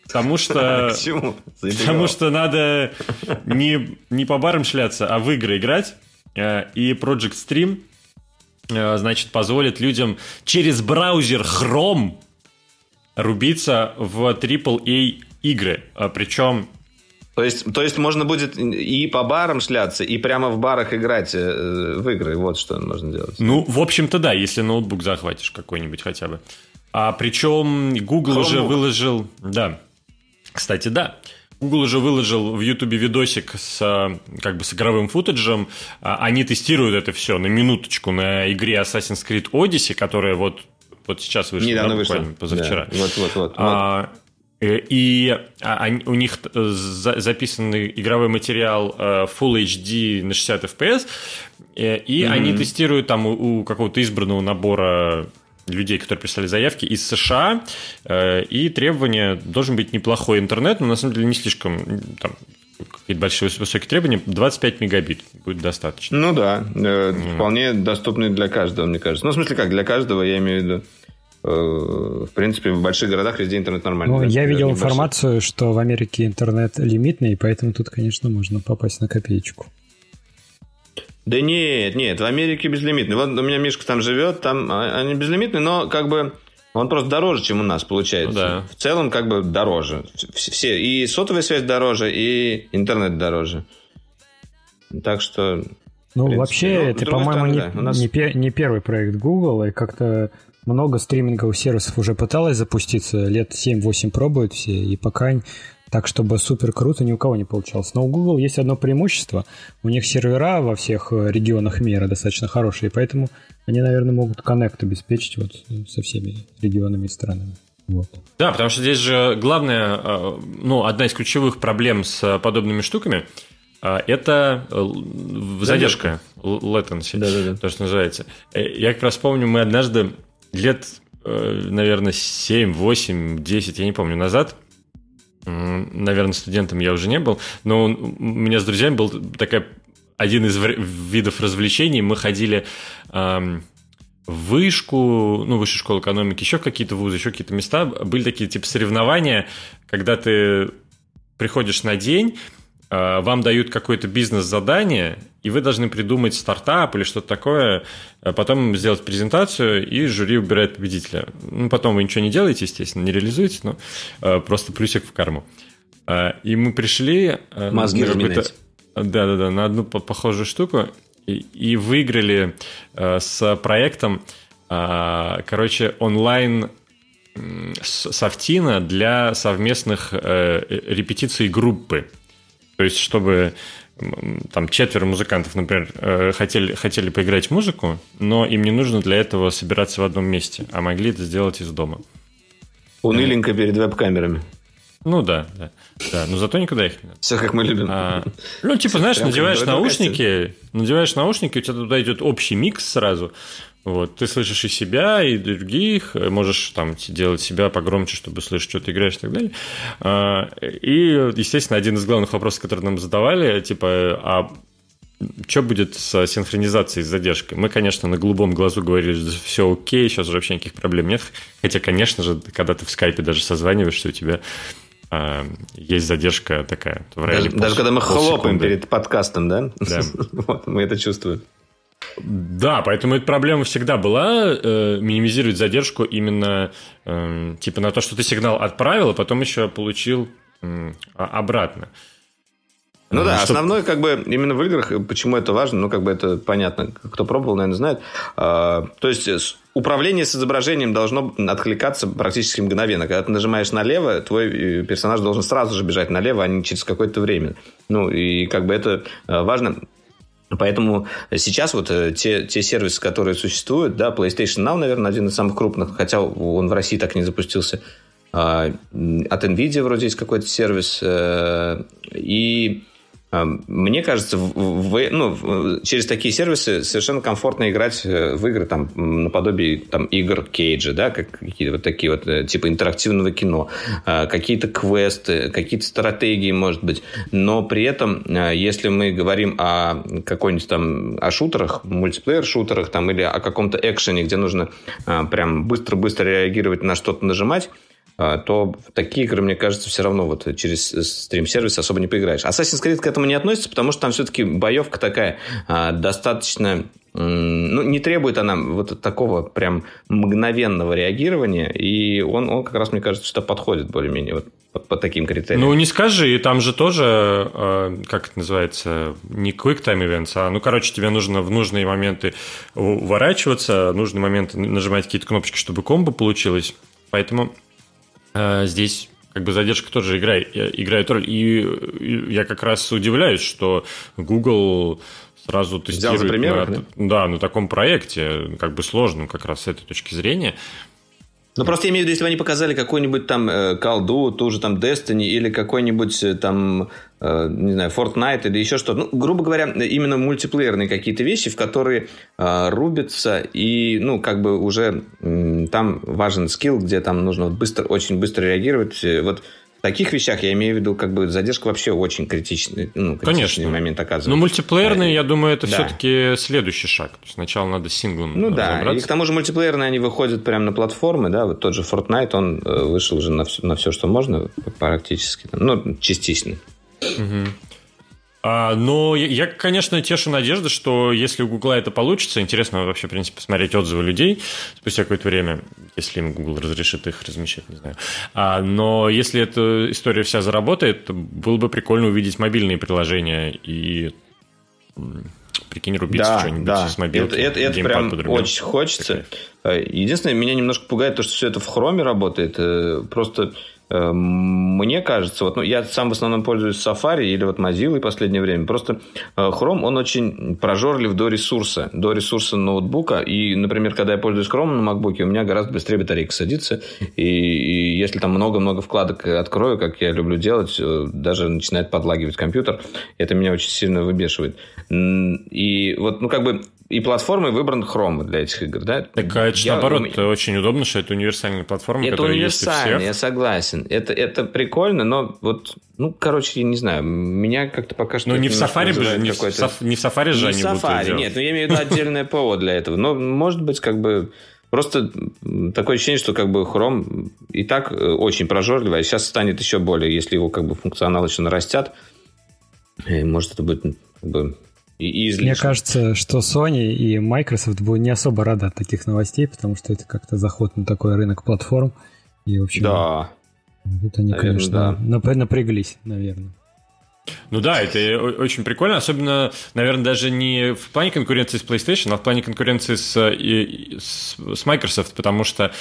Потому что, потому что надо не, не по барам шляться, а в игры играть. И Project Stream, значит, позволит людям через браузер Chrome рубиться в трипл эй игры. Причем... То есть, то есть можно будет и по барам шляться, и прямо в барах играть в игры. Вот что можно делать. Ну, в общем-то, да, если ноутбук захватишь какой-нибудь хотя бы. А причем Google Chromebook. Уже выложил... Да, кстати, да. Google уже выложил в YouTube видосик с, как бы, с игровым футажем. Они тестируют это все на минуточку на игре Assassin's Creed Odyssey, которая вот, вот сейчас вышла, недавно да, буквально вышла. Позавчера. Да. Вот, вот, вот. А, и они, у них записанный игровой материал Full эйч ди на шестьдесят эф пи эс, и mm-hmm. они тестируют там у, у какого-то избранного набора людей, которые прислали заявки из США, и требования должен быть неплохой интернет, но на самом деле не слишком там, какие-то большие высокие требования, двадцать пять мегабит будет достаточно. Ну да, mm. вполне доступный для каждого, мне кажется. Ну, в смысле как, для каждого, я имею в виду. В принципе, в больших городах везде интернет нормальный. Ну, да? я видел Небольшой. информацию, что в Америке интернет лимитный, поэтому тут, конечно, можно попасть на копеечку. Да нет, нет, в Америке безлимитный. Вот у меня Мишка там живет, там они безлимитные, но как бы он просто дороже, чем у нас получается. Ну, да. В целом как бы дороже. Все, и сотовая связь дороже, и интернет дороже. Так что... Ну, принципе, вообще, ну, это, по-моему, стороны, не, да, у нас... не, пер, не первый проект Google, и как-то много стриминговых сервисов уже пыталось запуститься, лет семь-восемь пробуют все, и пока так, чтобы супер круто, ни у кого не получалось. Но у Google есть одно преимущество, у них сервера во всех регионах мира достаточно хорошие, поэтому они, наверное, могут коннект обеспечить вот со всеми регионами и странами. Вот. Да, потому что здесь же главное, ну, одна из ключевых проблем с подобными штуками – это задержка, latency, да-да-да. То, что называется. Я как раз помню, мы однажды лет, наверное, семь, восемь, десять, я не помню, назад, наверное, студентом я уже не был, но у меня с друзьями был такая, один из видов развлечений. Мы ходили в вышку, ну, высшую школу экономики, еще в какие-то вузы, еще какие-то места. Были такие типа соревнования, когда ты приходишь на день, вам дают какое-то бизнес-задание, и вы должны придумать стартап или что-то такое, потом сделать презентацию, и жюри выбирает победителя. Ну, потом вы ничего не делаете, естественно, не реализуете, но просто плюсик в карму. И мы пришли... Мозги разминать. Да-да-да, на одну похожую штуку, и, и выиграли с проектом, короче, онлайн софтина для совместных репетиций группы. То есть, чтобы там четверо музыкантов, например, хотели, хотели поиграть музыку, но им не нужно для этого собираться в одном месте, а могли это сделать из дома. Уныленько перед веб-камерами. Ну да, да, да. Но зато никуда их нет. Все как мы любим. А, ну, типа, знаешь, прям надеваешь наушники, надеваешь наушники, у тебя туда идет общий микс сразу. Вот, ты слышишь и себя, и других, можешь там делать себя погромче, чтобы слышать, что ты играешь и так далее. И, естественно, один из главных вопросов, которые нам задавали, типа, а что будет с синхронизацией, с задержкой? Мы, конечно, на голубом глазу говорили, что все окей, сейчас уже вообще никаких проблем нет. Хотя, конечно же, когда ты в скайпе даже созваниваешься, у тебя есть задержка такая. В даже, пол, даже когда мы хлопаем перед подкастом, да? Да. Вот, мы это чувствуем. Да, поэтому эта проблема всегда была, э, минимизировать задержку именно э, типа на то, что ты сигнал отправил, а потом еще получил э, обратно. Ну да, что... основное, как бы, именно в играх, почему это важно, ну, как бы это понятно, кто пробовал, наверное, знает. А, то есть, управление с изображением должно откликаться практически мгновенно. Когда ты нажимаешь налево, твой персонаж должен сразу же бежать налево, а не через какое-то время. Ну, и как бы это важно. Поэтому сейчас вот те, те сервисы, которые существуют, да, PlayStation Now, наверное, один из самых крупных, хотя он в России так и не запустился. От NVIDIA вроде есть какой-то сервис. И мне кажется, в, в, ну, через такие сервисы совершенно комфортно играть в игры там, наподобие там, игр Кейджа, да, как, какие-то вот такие вот, типа интерактивного кино, какие-то квесты, какие-то стратегии, может быть. Но при этом, если мы говорим о какой-нибудь там о шутерах, мультиплеер-шутерах там, или о каком-то экшене, где нужно прям быстро-быстро реагировать на что-то, нажимать, то в такие игры, мне кажется, все равно вот через стрим-сервис особо не поиграешь. Assassin's Creed к этому не относится, потому что там все-таки боевка такая достаточно... Ну, не требует она вот такого прям мгновенного реагирования, и он, он как раз, мне кажется, что подходит более-менее вот по, по таким критериям. Ну, не скажи, там же тоже, как это называется, не quick time events, а, ну, короче, тебе нужно в нужные моменты уворачиваться, в нужные моменты нажимать какие-то кнопочки, чтобы комбо получилось, поэтому э, здесь... Как бы задержка тоже играет, играет роль. И, и я как раз удивляюсь, что Google сразу тестирует примерах, на, да? Да, на таком проекте, как бы сложном как раз с этой точки зрения. Ну, просто я имею в виду, если бы они показали какой-нибудь там колду, ту же там Destiny или какой-нибудь там, не знаю, Fortnite или еще что-то. Ну, грубо говоря, именно мультиплеерные какие-то вещи, в которые э, рубятся и, ну, как бы уже э, там важен скилл, где там нужно вот быстро, очень быстро реагировать. Вот в таких вещах, я имею в виду, как бы задержка вообще очень критичный, ну, критичный Конечно. момент оказывается. Но мультиплеерные, а, я думаю, это да. все-таки следующий шаг. То есть сначала надо с синглом Ну разобраться. да, и к тому же мультиплеерные, они выходят прямо на платформы, да, вот тот же Fortnite, он вышел уже на все, на все что можно, практически, ну, частично. Угу. А, но я, я, конечно, тешу надежды, что если у Гугла это получится, интересно вообще, в принципе, посмотреть отзывы людей спустя какое-то время, если им Google разрешит их размещать, не знаю. А, но если эта история вся заработает, то было бы прикольно увидеть мобильные приложения и, прикинь, рубиться да, что-нибудь да. с мобилки. Это, это, это прям подрубил. Очень хочется. Такая. Единственное, меня немножко пугает то, что все это в Chrome работает. Просто... Мне кажется, вот, ну, я сам в основном пользуюсь Safari или вот Mozilla в последнее время. Просто Chrome, он очень прожорлив до ресурса, до ресурса ноутбука. И, например, когда я пользуюсь Chrome на MacBook, у меня гораздо быстрее батарейка садится. И, и если там много-много вкладок открою, как я люблю делать, даже начинает подлагивать компьютер. Это меня очень сильно выбешивает. И вот, ну, как бы... И платформой выбран Chrome для этих игр, да? Так, это же, я... наоборот, это очень удобно, что это универсальная платформа, это которая есть у всех. Это универсально, я согласен. Это, это прикольно, но вот, ну, короче, я не знаю, меня как-то пока что... Ну, не в Safari же, не, в, не в Safari же они будут это делать. Нет, ну, я имею в виду отдельное ПО для этого. Но, может быть, как бы... Просто такое ощущение, что как бы Chrome и так очень прожорливый, а сейчас станет еще более, если его как бы функционал еще нарастят, может, это будет как бы... И Мне кажется, что Sony и Microsoft будут не особо рады от таких новостей, потому что это как-то заход на такой рынок платформ. И, в общем, да. Тут они, наверное, конечно, да. напряглись, наверное. Ну да, это очень прикольно, особенно, наверное, даже не в плане конкуренции с PlayStation, а в плане конкуренции с, с, с Microsoft, потому что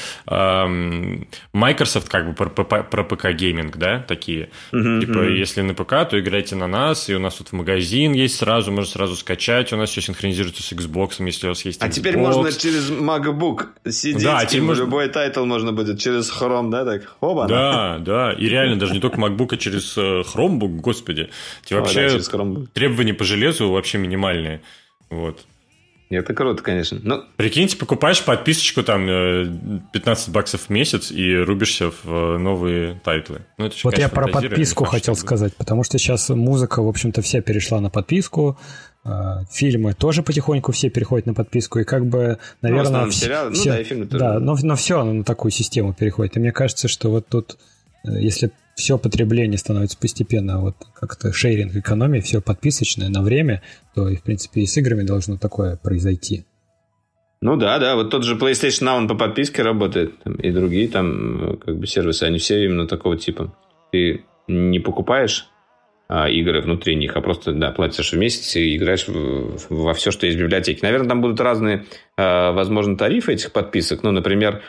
эм, Microsoft как бы про, про, про ПК-гейминг, да, такие. Mm-hmm. Типа, если на ПК, то играйте на нас, и у нас тут в магазин есть сразу, можно сразу скачать, у нас все синхронизируется с Xbox, если у вас есть Xbox. А теперь можно через MacBook сидеть, да, и можно... любой тайтл можно будет через Chrome, да, так? Оба, да, да, и реально даже не только MacBook, а через Chromebook, господи. Вообще О, да, требования по железу вообще минимальные. Вот. Это круто, конечно. Но... Прикиньте, покупаешь подписочку там пятнадцать баксов в месяц и рубишься в новые тайтлы. Ну, это же, вот конечно, я про подписку хотел сказать, потому что сейчас музыка, в общем-то, вся перешла на подписку. Фильмы тоже потихоньку все переходят на подписку. И как бы, наверное... Ну, сериалы, все, ну да, и фильмы тоже. Да, но, но все на такую систему переходит. И мне кажется, что вот тут, если... все потребление становится постепенно вот как-то шейринг экономии, все подписочное на время, то, и в принципе, и с играми должно такое произойти. Ну да, да, вот тот же PlayStation Now, он по подписке работает, и другие там как бы сервисы, они все именно такого типа. Ты не покупаешь а, игры внутри них, а просто, да, платишь в месяц и играешь в, во все, что есть в библиотеке. Наверное, там будут разные, а, возможно, тарифы этих подписок. Ну, например,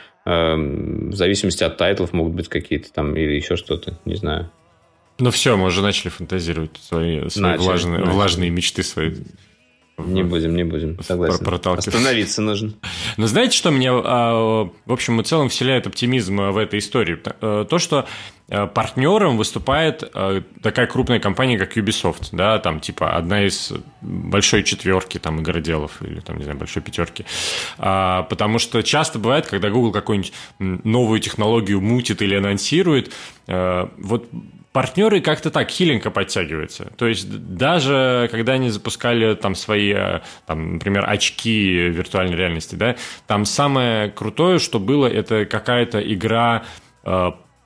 в зависимости от тайтлов могут быть какие-то там или еще что-то, не знаю. Ну все, мы уже начали фантазировать свои, свои начали, влажные, начали. влажные мечты свои. Не будем, не будем, согласен. Остановиться нужно. Но знаете, что меня, в общем и целом, вселяет оптимизм в этой истории? То, что партнером выступает такая крупная компания, как Ubisoft, да, там типа одна из большой четверки там игроделов или там, не знаю, большой пятерки. Потому что часто бывает, когда Google какую-нибудь новую технологию мутит или анонсирует, вот партнеры как-то так хиленько подтягиваются. То есть даже когда они запускали там свои, там, например, очки виртуальной реальности, да, там самое крутое, что было, это какая-то игра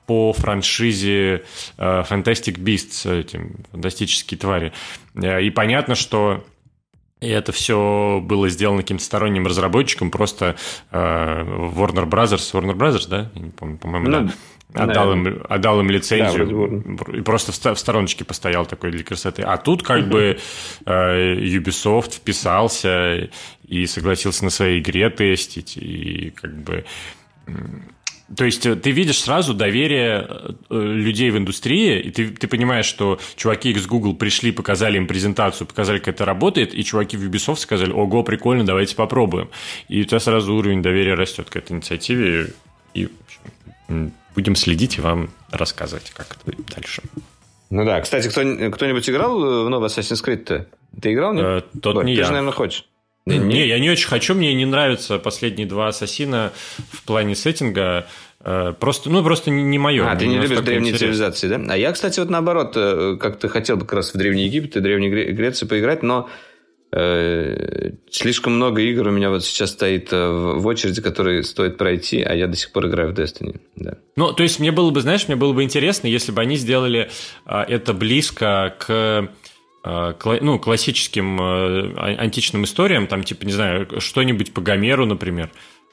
по франшизе Fantastic Beasts, эти фантастические твари. И понятно, что это все было сделано каким-то сторонним разработчиком, просто Warner Brothers, Warner Brothers, да? Я не помню, по-моему, ну, да. Отдал им, отдал им лицензию, да, и просто в стороночке постоял такой для красоты. А тут как бы Ubisoft вписался и согласился на своей игре тестить, и как бы... То есть ты видишь сразу доверие людей в индустрии, и ты, ты понимаешь, что чуваки из Google пришли, показали им презентацию, показали, как это работает, и чуваки в Ubisoft сказали: ого, прикольно, давайте попробуем. И у тебя сразу уровень доверия растет к этой инициативе, и в общем, будем следить и вам рассказывать, как это будет дальше. Ну да, кстати, кто, кто-нибудь играл в новый Assassin's Creed-то? Ты играл, нет? Э, тот Борь, не ты я. же, наверное, хочешь. Не, не, я не очень хочу, мне не нравятся последние два Ассасина в плане сеттинга. Просто, ну, просто не мое. А, ты не любишь древние цивилизации, да? А я, кстати, вот наоборот, как-то хотел бы как раз в Древний Египет и Древнюю Грецию поиграть, но э, слишком много игр у меня вот сейчас стоит в очереди, которые стоит пройти, а я до сих пор играю в Destiny. Да. Ну, то есть мне было бы, знаешь, мне было бы интересно, если бы они сделали это близко к... ну, классическим античным историям, там, типа, не знаю, что-нибудь по Гомеру, например,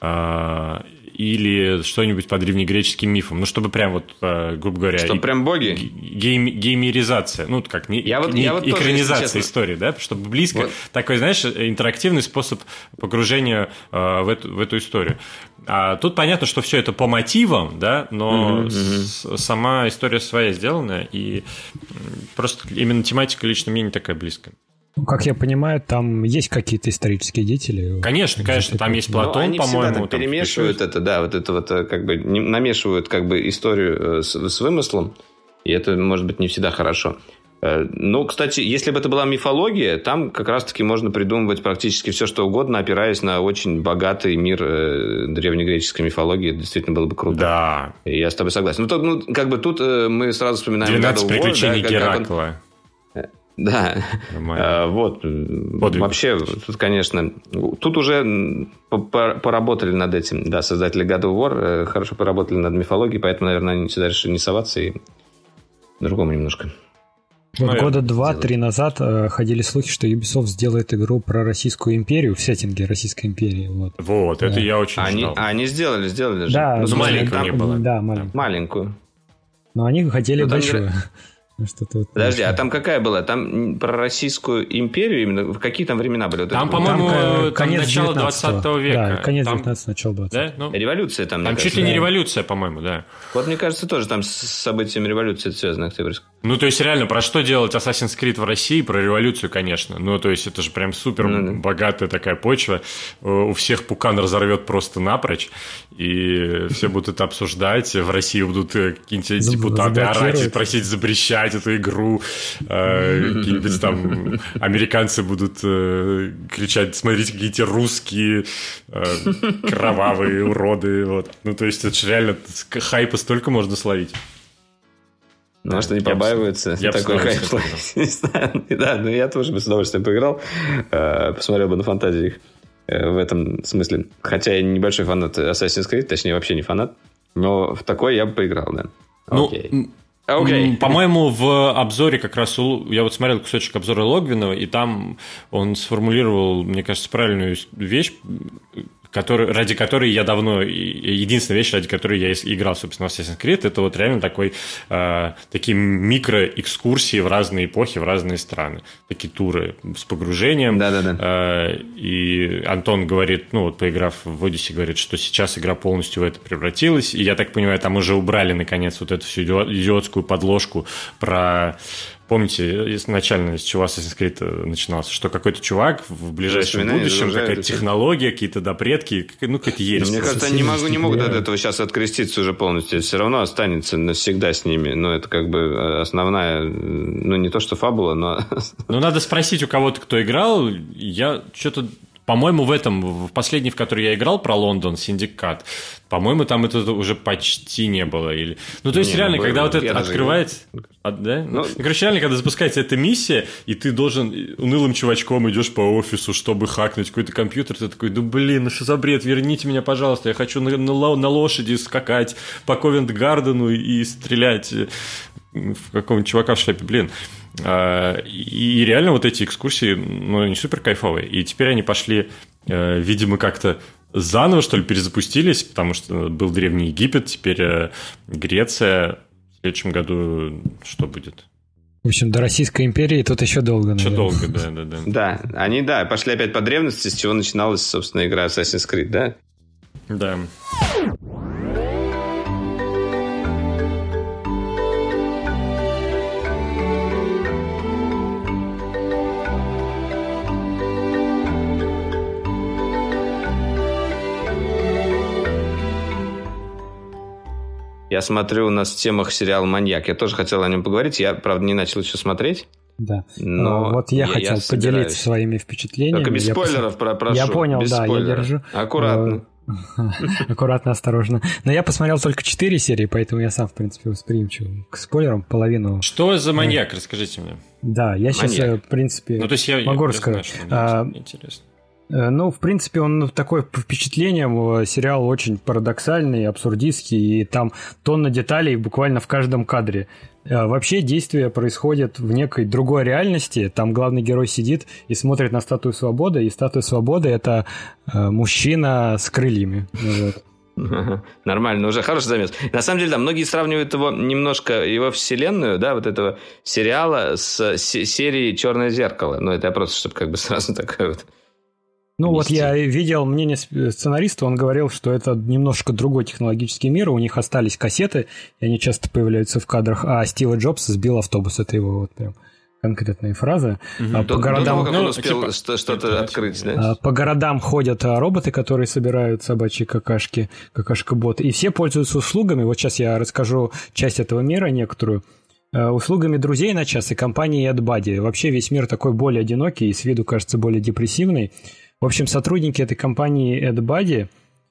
или что-нибудь по древнегреческим мифам, ну, чтобы прям вот, грубо говоря... Чтобы прям боги? Гейм, геймеризация, ну, как, не, я вот, не я вот экранизация тоже, истории, да, чтобы близко... Вот. Такой, знаешь, интерактивный способ погружения в эту, в эту историю. А тут понятно, что все это по мотивам, да, но mm-hmm. сама история своя сделана, и просто именно тематика лично мне не такая близкая. Как я понимаю, там есть какие-то исторические деятели? Конечно, конечно, там есть Платон, они по-моему. Они перемешивают это, да, вот это вот как бы намешивают как бы историю с, с вымыслом, и это может быть не всегда хорошо. Ну, кстати, если бы это была мифология, там как раз-таки можно придумывать практически все, что угодно, опираясь на очень богатый мир э, древнегреческой мифологии. Это действительно было бы круто. Да. И я с тобой согласен. Ну, то, ну как бы тут э, мы сразу вспоминаем... двенадцать приключений да, Геракла. Он... Да. А, вот. Подвиг. Вообще, тут, конечно... Тут уже поработали над этим. Да, создатели God of War хорошо поработали над мифологией, поэтому, наверное, они сюда решили не соваться и другому немножко. Вот ну, года два-три назад э, ходили слухи, что Ubisoft сделает игру про Российскую империю в сеттинге Российской империи. Вот, вот да. Это я очень они, ждал. А они сделали, сделали же. Да, ну, маленькую не было. Да, маленькую. Маленькую. Но они хотели ну, большую. Не... Что-то вот Подожди, а там какая была? Там про Российскую империю именно? В какие там времена были? Там, вот по-моему, там, там начало двадцатого века. Да, конец там... девятнадцатого, начало двадцатого. Да? Ну, революция там, Там чуть кажется, ли не да. революция, по-моему, да. Вот мне кажется, тоже там с событиями революции связано, Октябрьская. Ну, то есть, реально, про что делать Assassin's Creed в России? Про революцию, конечно. Ну, то есть, это же прям супер ну, да. богатая такая почва. У всех пукан разорвет просто напрочь. И все будут это обсуждать. В России будут какие-нибудь депутаты орать и просить запрещать эту игру. Какие-нибудь там американцы будут кричать: смотрите, какие те русские кровавые уроды. Вот. Ну, то есть, это же реально хайпа столько можно словить. Ну, может, они побаиваются. Я такой хайп. Не знаю. Да, но я тоже бы с удовольствием поиграл. Посмотрел бы на фантазии в этом смысле. Хотя я небольшой фанат Assassin's Creed, точнее, вообще не фанат. Но в такой я бы поиграл, да. Ну, Окей. Okay. По-моему, в обзоре как раз... Я вот смотрел кусочек обзора Логвинова, и там он сформулировал, мне кажется, правильную вещь, который, ради которой я давно... Единственная вещь, ради которой я играл, собственно, в Assassin's Creed, это вот реально такой, э, такие микроэкскурсии в разные эпохи, в разные страны. Такие туры с погружением. Да-да-да. Э, и Антон говорит, ну вот поиграв в Odyssey, говорит, что сейчас игра полностью в это превратилась. И я так понимаю, там уже убрали, наконец, вот эту всю идиотскую подложку про... Помните, изначально с чего Assassin's Creed начинался? Что какой-то чувак в ближайшем будущем, какая-то технология, какие-то допредки, ну, какая-то ересь. Мне кажется, они могу, не могут от этого сейчас откреститься уже полностью. Все равно останется навсегда с ними. Но это как бы основная, ну, не то что фабула, но... Ну, надо спросить у кого-то, кто играл. Я что-то... По-моему, в этом, в последний, в который я играл, про Лондон, Синдикат, по-моему, там это уже почти не было. Или... Ну, то есть, не, реально, когда вот это открывается... А, да? Ну, короче, реально, когда запускается эта миссия, и ты должен унылым чувачком идешь по офису, чтобы хакнуть какой-то компьютер, ты такой, да блин, ну что за бред, верните меня, пожалуйста, я хочу на, на, на лошади скакать по Ковент-Гардену и стрелять в какого-нибудь чувака в шляпе, блин. И реально вот эти экскурсии, ну, они супер кайфовые. И теперь они пошли, видимо, как-то заново, что ли, перезапустились, потому что был Древний Египет, теперь Греция. В следующем году что будет? В общем, до Российской империи тут еще долго. Еще долго, да, да, да. Да, они, да, пошли опять по древности, с чего начиналась, собственно, игра Assassin's Creed, да? Да. Я смотрю, у нас в темах сериал «Маньяк». Я тоже хотел о нем поговорить. Я, правда, не начал еще смотреть. Да. Но вот я, я хотел я поделиться своими впечатлениями. Только без я спойлеров, пос... прошу. Я понял, без да, спойлеров. Я держу. Аккуратно. Аккуратно, осторожно. Но я посмотрел только четыре серии, поэтому я сам, в принципе, восприимчив к спойлерам. Половину... Что за «Маньяк»? Расскажите мне. Да, я сейчас, в принципе, ну, то есть я, могу я, рассказать. Я знаю, что интересно. Ну, в принципе, он такой по впечатлениям, сериал очень парадоксальный, абсурдистский, и там тонна деталей буквально в каждом кадре. Вообще действие происходит в некой другой реальности. Там главный герой сидит и смотрит на статую свободы, и статуя свободы — это мужчина с крыльями. Вот. Нормально, уже хороший замес. На самом деле, да, многие сравнивают его немножко, его вселенную, да, вот этого сериала с серией «Черное зеркало». Ну, это я просто, чтобы как бы сразу такое вот... Ну вот я видел мнение сценариста, он говорил, что это немножко другой технологический мир, у них остались кассеты, и они часто появляются в кадрах, а Стива Джобс сбил автобус, это его вот прям конкретная фраза. Угу. А по, до, городам... до того, как он успел ну, типа, что-то это, открыть, да? По городам ходят роботы, которые собирают собачьи какашки, какашка-боты, и все пользуются услугами, вот сейчас я расскажу часть этого мира некоторую, услугами друзей на час и компании AdBuddy. Вообще весь мир такой более одинокий и с виду кажется более депрессивный. В общем, сотрудники этой компании AdBuddy,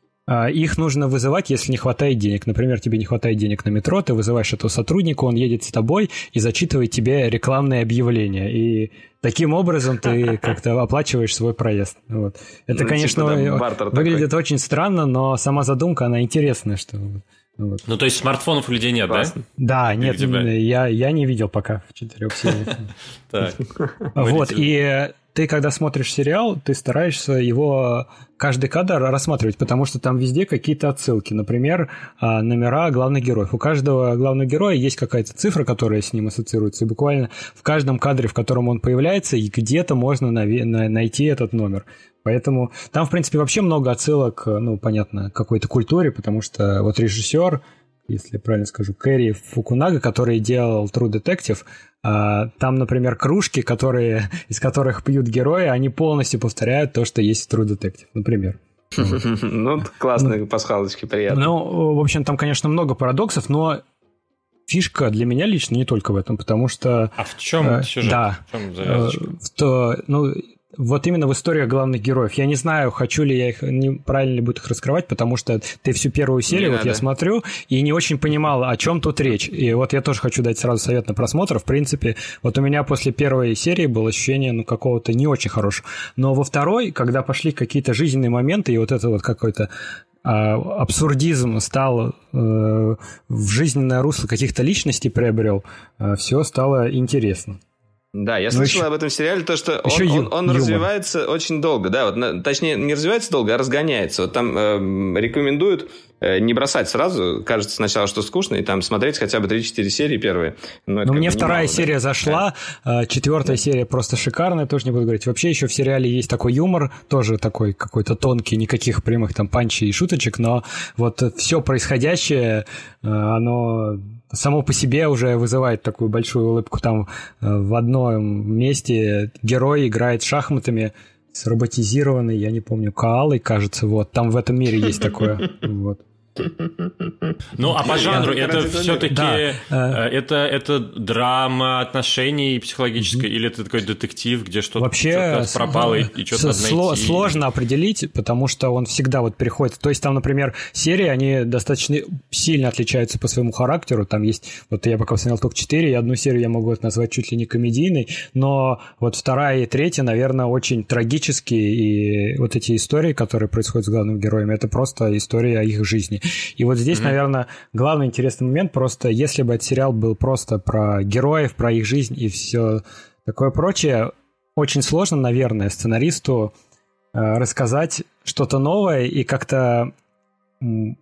их нужно вызывать, если не хватает денег. Например, тебе не хватает денег на метро, ты вызываешь этого сотрудника, он едет с тобой и зачитывает тебе рекламные объявления. И таким образом ты как-то оплачиваешь свой проезд. Вот. Это, ну, конечно, типа, да, выглядит такой. Очень странно, но сама задумка, она интересная, что... Вот. Ну, то есть смартфонов у людей нет, Классно. да? Да, нет, я, я не видел пока в четырех сериях. Так. Вот, и ты, когда смотришь сериал, ты стараешься его каждый кадр рассматривать, потому что там везде какие-то отсылки. Например, номера главных героев. У каждого главного героя есть какая-то цифра, которая с ним ассоциируется, и буквально в каждом кадре, в котором он появляется, и где-то можно найти этот номер. Поэтому там, в принципе, вообще много отсылок, ну, понятно, к какой-то культуре, потому что вот режиссер, если я правильно скажу, Кэри Фукунага, который делал True Detective, там, например, кружки, которые, из которых пьют герои, они полностью повторяют то, что есть в True Detective, например. Ну, классные пасхалочки, приятно. Ну, в общем, там, конечно, много парадоксов, но фишка для меня лично не только в этом, потому что... А в чем сюжет? Да. В чем завязочка? То, ну... Вот именно в историях главных героев. Я не знаю, хочу ли я их, правильно ли будет их раскрывать, потому что ты всю первую серию, не вот надо. Я смотрю, и не очень понимал, о чем тут речь. И вот я тоже хочу дать сразу совет на просмотр. В принципе, вот у меня после первой серии было ощущение, ну, какого-то не очень хорошего. Но во второй, когда пошли какие-то жизненные моменты, и вот это вот какой-то абсурдизм стал э, в жизненное русло каких-то личностей приобрел, э, все стало интересно. Да, я слышал еще, об этом сериале, то, что он, он, он развивается очень долго, да, вот, точнее, не развивается долго, а разгоняется. Вот там э, рекомендуют э, не бросать сразу, кажется сначала, что скучно, и там смотреть хотя бы три-четыре серии первые. Но ну, мне вторая немало, серия да? зашла, да. четвертая да. серия просто шикарная, тоже не буду говорить. Вообще еще в сериале есть такой юмор, тоже такой какой-то тонкий, никаких прямых там панчей и шуточек, но вот все происходящее, оно... само по себе уже вызывает такую большую улыбку. Там в одном месте герой играет шахматами с роботизированной, я не помню, коалой, кажется, вот. Там в этом мире есть такое. Вот. Ну, а по жанру это все-таки Да. это, это драма отношений психологическая, или это такой детектив, где что-то, Вообще что-то пропало и, и что-то с- надо сло- найти? сложно определить, потому что он всегда вот переходит. То есть там, например, серии, они достаточно сильно отличаются по своему характеру. Там есть, вот я пока посмотрел только четыре, и одну серию я могу вот назвать чуть ли не комедийной, но вот вторая и третья, наверное, очень трагические, и вот эти истории, которые происходят с главными героями, это просто история их жизни. И вот здесь, mm-hmm. наверное, главный интересный момент, просто если бы этот сериал был просто про героев, про их жизнь и все такое прочее, очень сложно, наверное, сценаристу э, рассказать что-то новое и как-то м,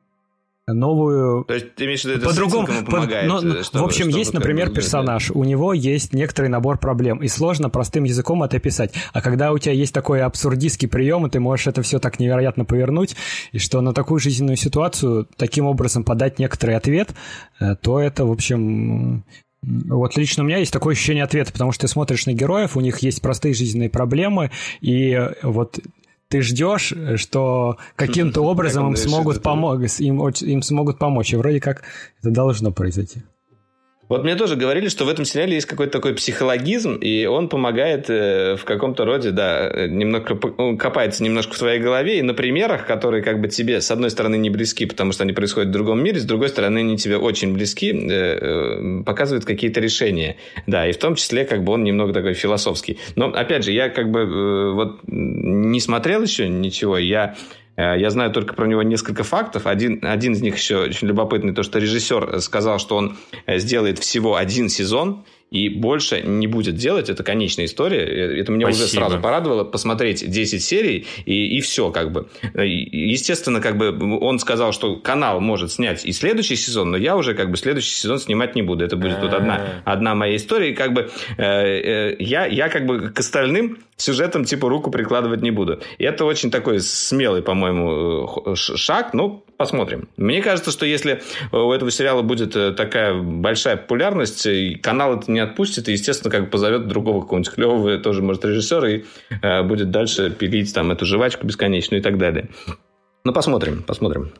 новую... То есть ты имеешь в виду, это По-другому, сеттинг ему помогает? по- но, чтобы, в общем, чтобы есть, например, как бы, персонаж, у него есть некоторый набор проблем, и сложно простым языком это описать. А когда у тебя есть такой абсурдистский прием, и ты можешь это все так невероятно повернуть, и что на такую жизненную ситуацию таким образом подать некоторый ответ, э, то это, в общем... Вот лично у меня есть такое ощущение ответа, потому что ты смотришь на героев, у них есть простые жизненные проблемы, и вот ты ждешь, что каким-то образом им смогут, помочь, им, им смогут помочь, и вроде как это должно произойти. Вот мне тоже говорили, что в этом сериале есть какой-то такой психологизм, и он помогает э, в каком-то роде, да, немного копается немножко в твоей голове, и на примерах, которые как бы тебе, с одной стороны, не близки, потому что они происходят в другом мире, с другой стороны, они тебе очень близки, э, э, показывают какие-то решения. Да, и в том числе как бы он немного такой философский. Но, опять же, я как бы э, вот не смотрел еще ничего, я... Я знаю только про него несколько фактов. Один, один из них еще очень любопытный, то, что режиссер сказал, что он сделает всего один сезон и больше не будет делать. Это конечная история. Это меня Спасибо. Уже сразу порадовало. Посмотреть десять серий и, и все как бы. Естественно, как бы он сказал, что канал может снять и следующий сезон, но я уже как бы следующий сезон снимать не буду. Это будет тут одна, одна моя история. И как бы э, э, я, я как бы к остальным сюжетам типа руку прикладывать не буду. И это очень такой смелый, по-моему, шаг. Ну, посмотрим. Мне кажется, что если у этого сериала будет такая большая популярность, канал это не отпустит, и, естественно, как бы позовет другого какого-нибудь клевого, тоже, может, режиссера, и э, будет дальше пилить там эту жвачку бесконечную и так далее. Ну, посмотрим, посмотрим.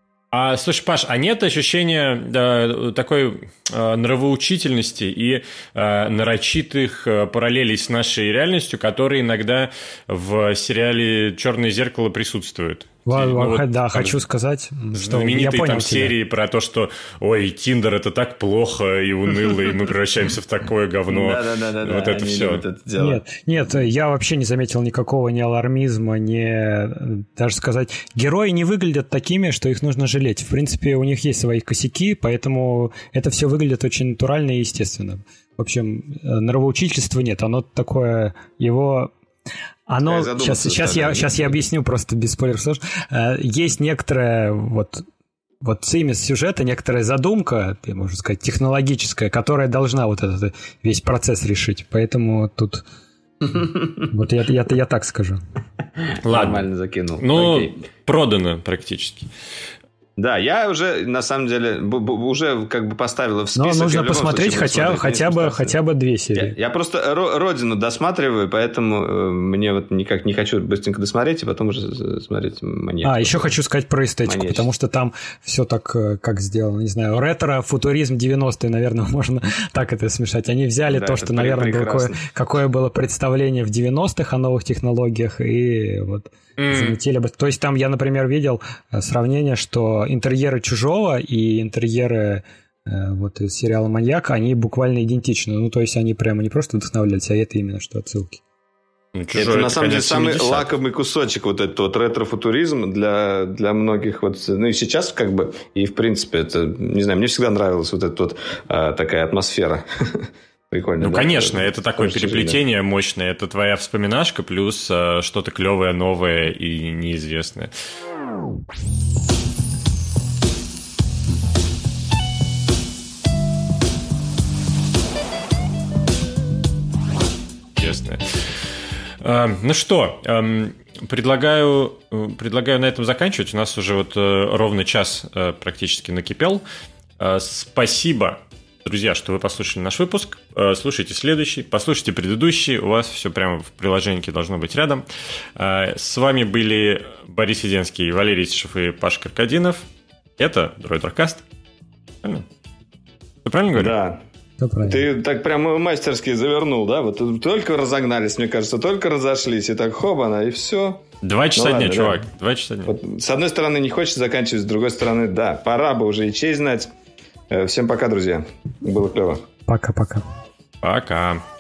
А, слушай, Паш, а нет ощущения да, такой э, нравоучительности и э, нарочитых э, параллелей с нашей реальностью, которые иногда в сериале «Черное зеркало» присутствуют? Ва- ну, вот, да, там, хочу сказать, что знаменитые я понял там тебя. серии про то, что ой, Тиндер это так плохо и уныло, и мы превращаемся в такое говно. Да-да-да. Вот это все. Нет, нет, я вообще не заметил никакого ни алармизма, ни, даже сказать, герои не выглядят такими, что их нужно жалеть. В принципе, у них есть свои косяки, поэтому это все выглядит очень натурально и естественно. В общем, нравоучительства нет, оно такое, его... Оно, сейчас, сейчас, я, сейчас я объясню просто без спойлеров. Есть некоторая вот, вот цимис сюжета, некоторая задумка, можно сказать, технологическая, которая должна вот этот весь процесс решить. Поэтому тут вот я, я, я так скажу. Ладно. Нормально закинул. Ну, Окей. Продано практически. Да, я уже, на самом деле, б- б- уже как бы поставила в список. Но нужно посмотреть хотя, хотя, бы, хотя бы две серии. Я, я просто «Родину» досматриваю, поэтому э, мне вот никак не хочу быстренько досмотреть, и потом уже смотреть «Маньяк». А, еще хочу сказать про эстетику, Маньяч. Потому что там все так, как сделано, не знаю, ретро, футуризм девяностые, наверное, можно так это смешать. Они взяли да, то, что, наверное, было какое, какое было представление в девяностых о новых технологиях, и вот... Залетели бы. То есть там я, например, видел сравнение, что интерьеры «Чужого» и интерьеры э, вот из сериала «Маньяк», они буквально идентичны. Ну, то есть они прямо не просто вдохновлялись, а это именно что отсылки. Ну, это, это на самом деле самый лакомый кусочек, вот этот вот ретро-футуризм для, для многих. Вот, ну и сейчас как бы, и в принципе, это, не знаю, мне всегда нравилась вот эта вот а, такая атмосфера. Прикольно, ну, да? конечно, это такое переплетение мощное. Это твоя вспоминашка плюс э, что-то клевое, новое и неизвестное. Честно. Э, ну что, э, предлагаю, предлагаю на этом заканчивать. У нас уже вот э, ровно час э, практически накипел. Э, спасибо. Друзья, что вы послушали наш выпуск, слушайте следующий, послушайте предыдущий, у вас все прямо в приложении должно быть рядом. С вами были Борис Веденский, Валерий Тишев и Паша Каркадинов. Это Дроидрокаст. Правильно? Ты правильно говорю? Да. Ты так прямо мастерски завернул, да? Вот только разогнались, мне кажется, только разошлись, и так хобана, и все. Два часа ну, дня, ладно, чувак. Да. Два часа дня. Вот, с одной стороны, не хочется заканчивать, с другой стороны, да. Пора бы уже и честь знать. Всем пока, друзья. Было клево. Пока-пока. Пока.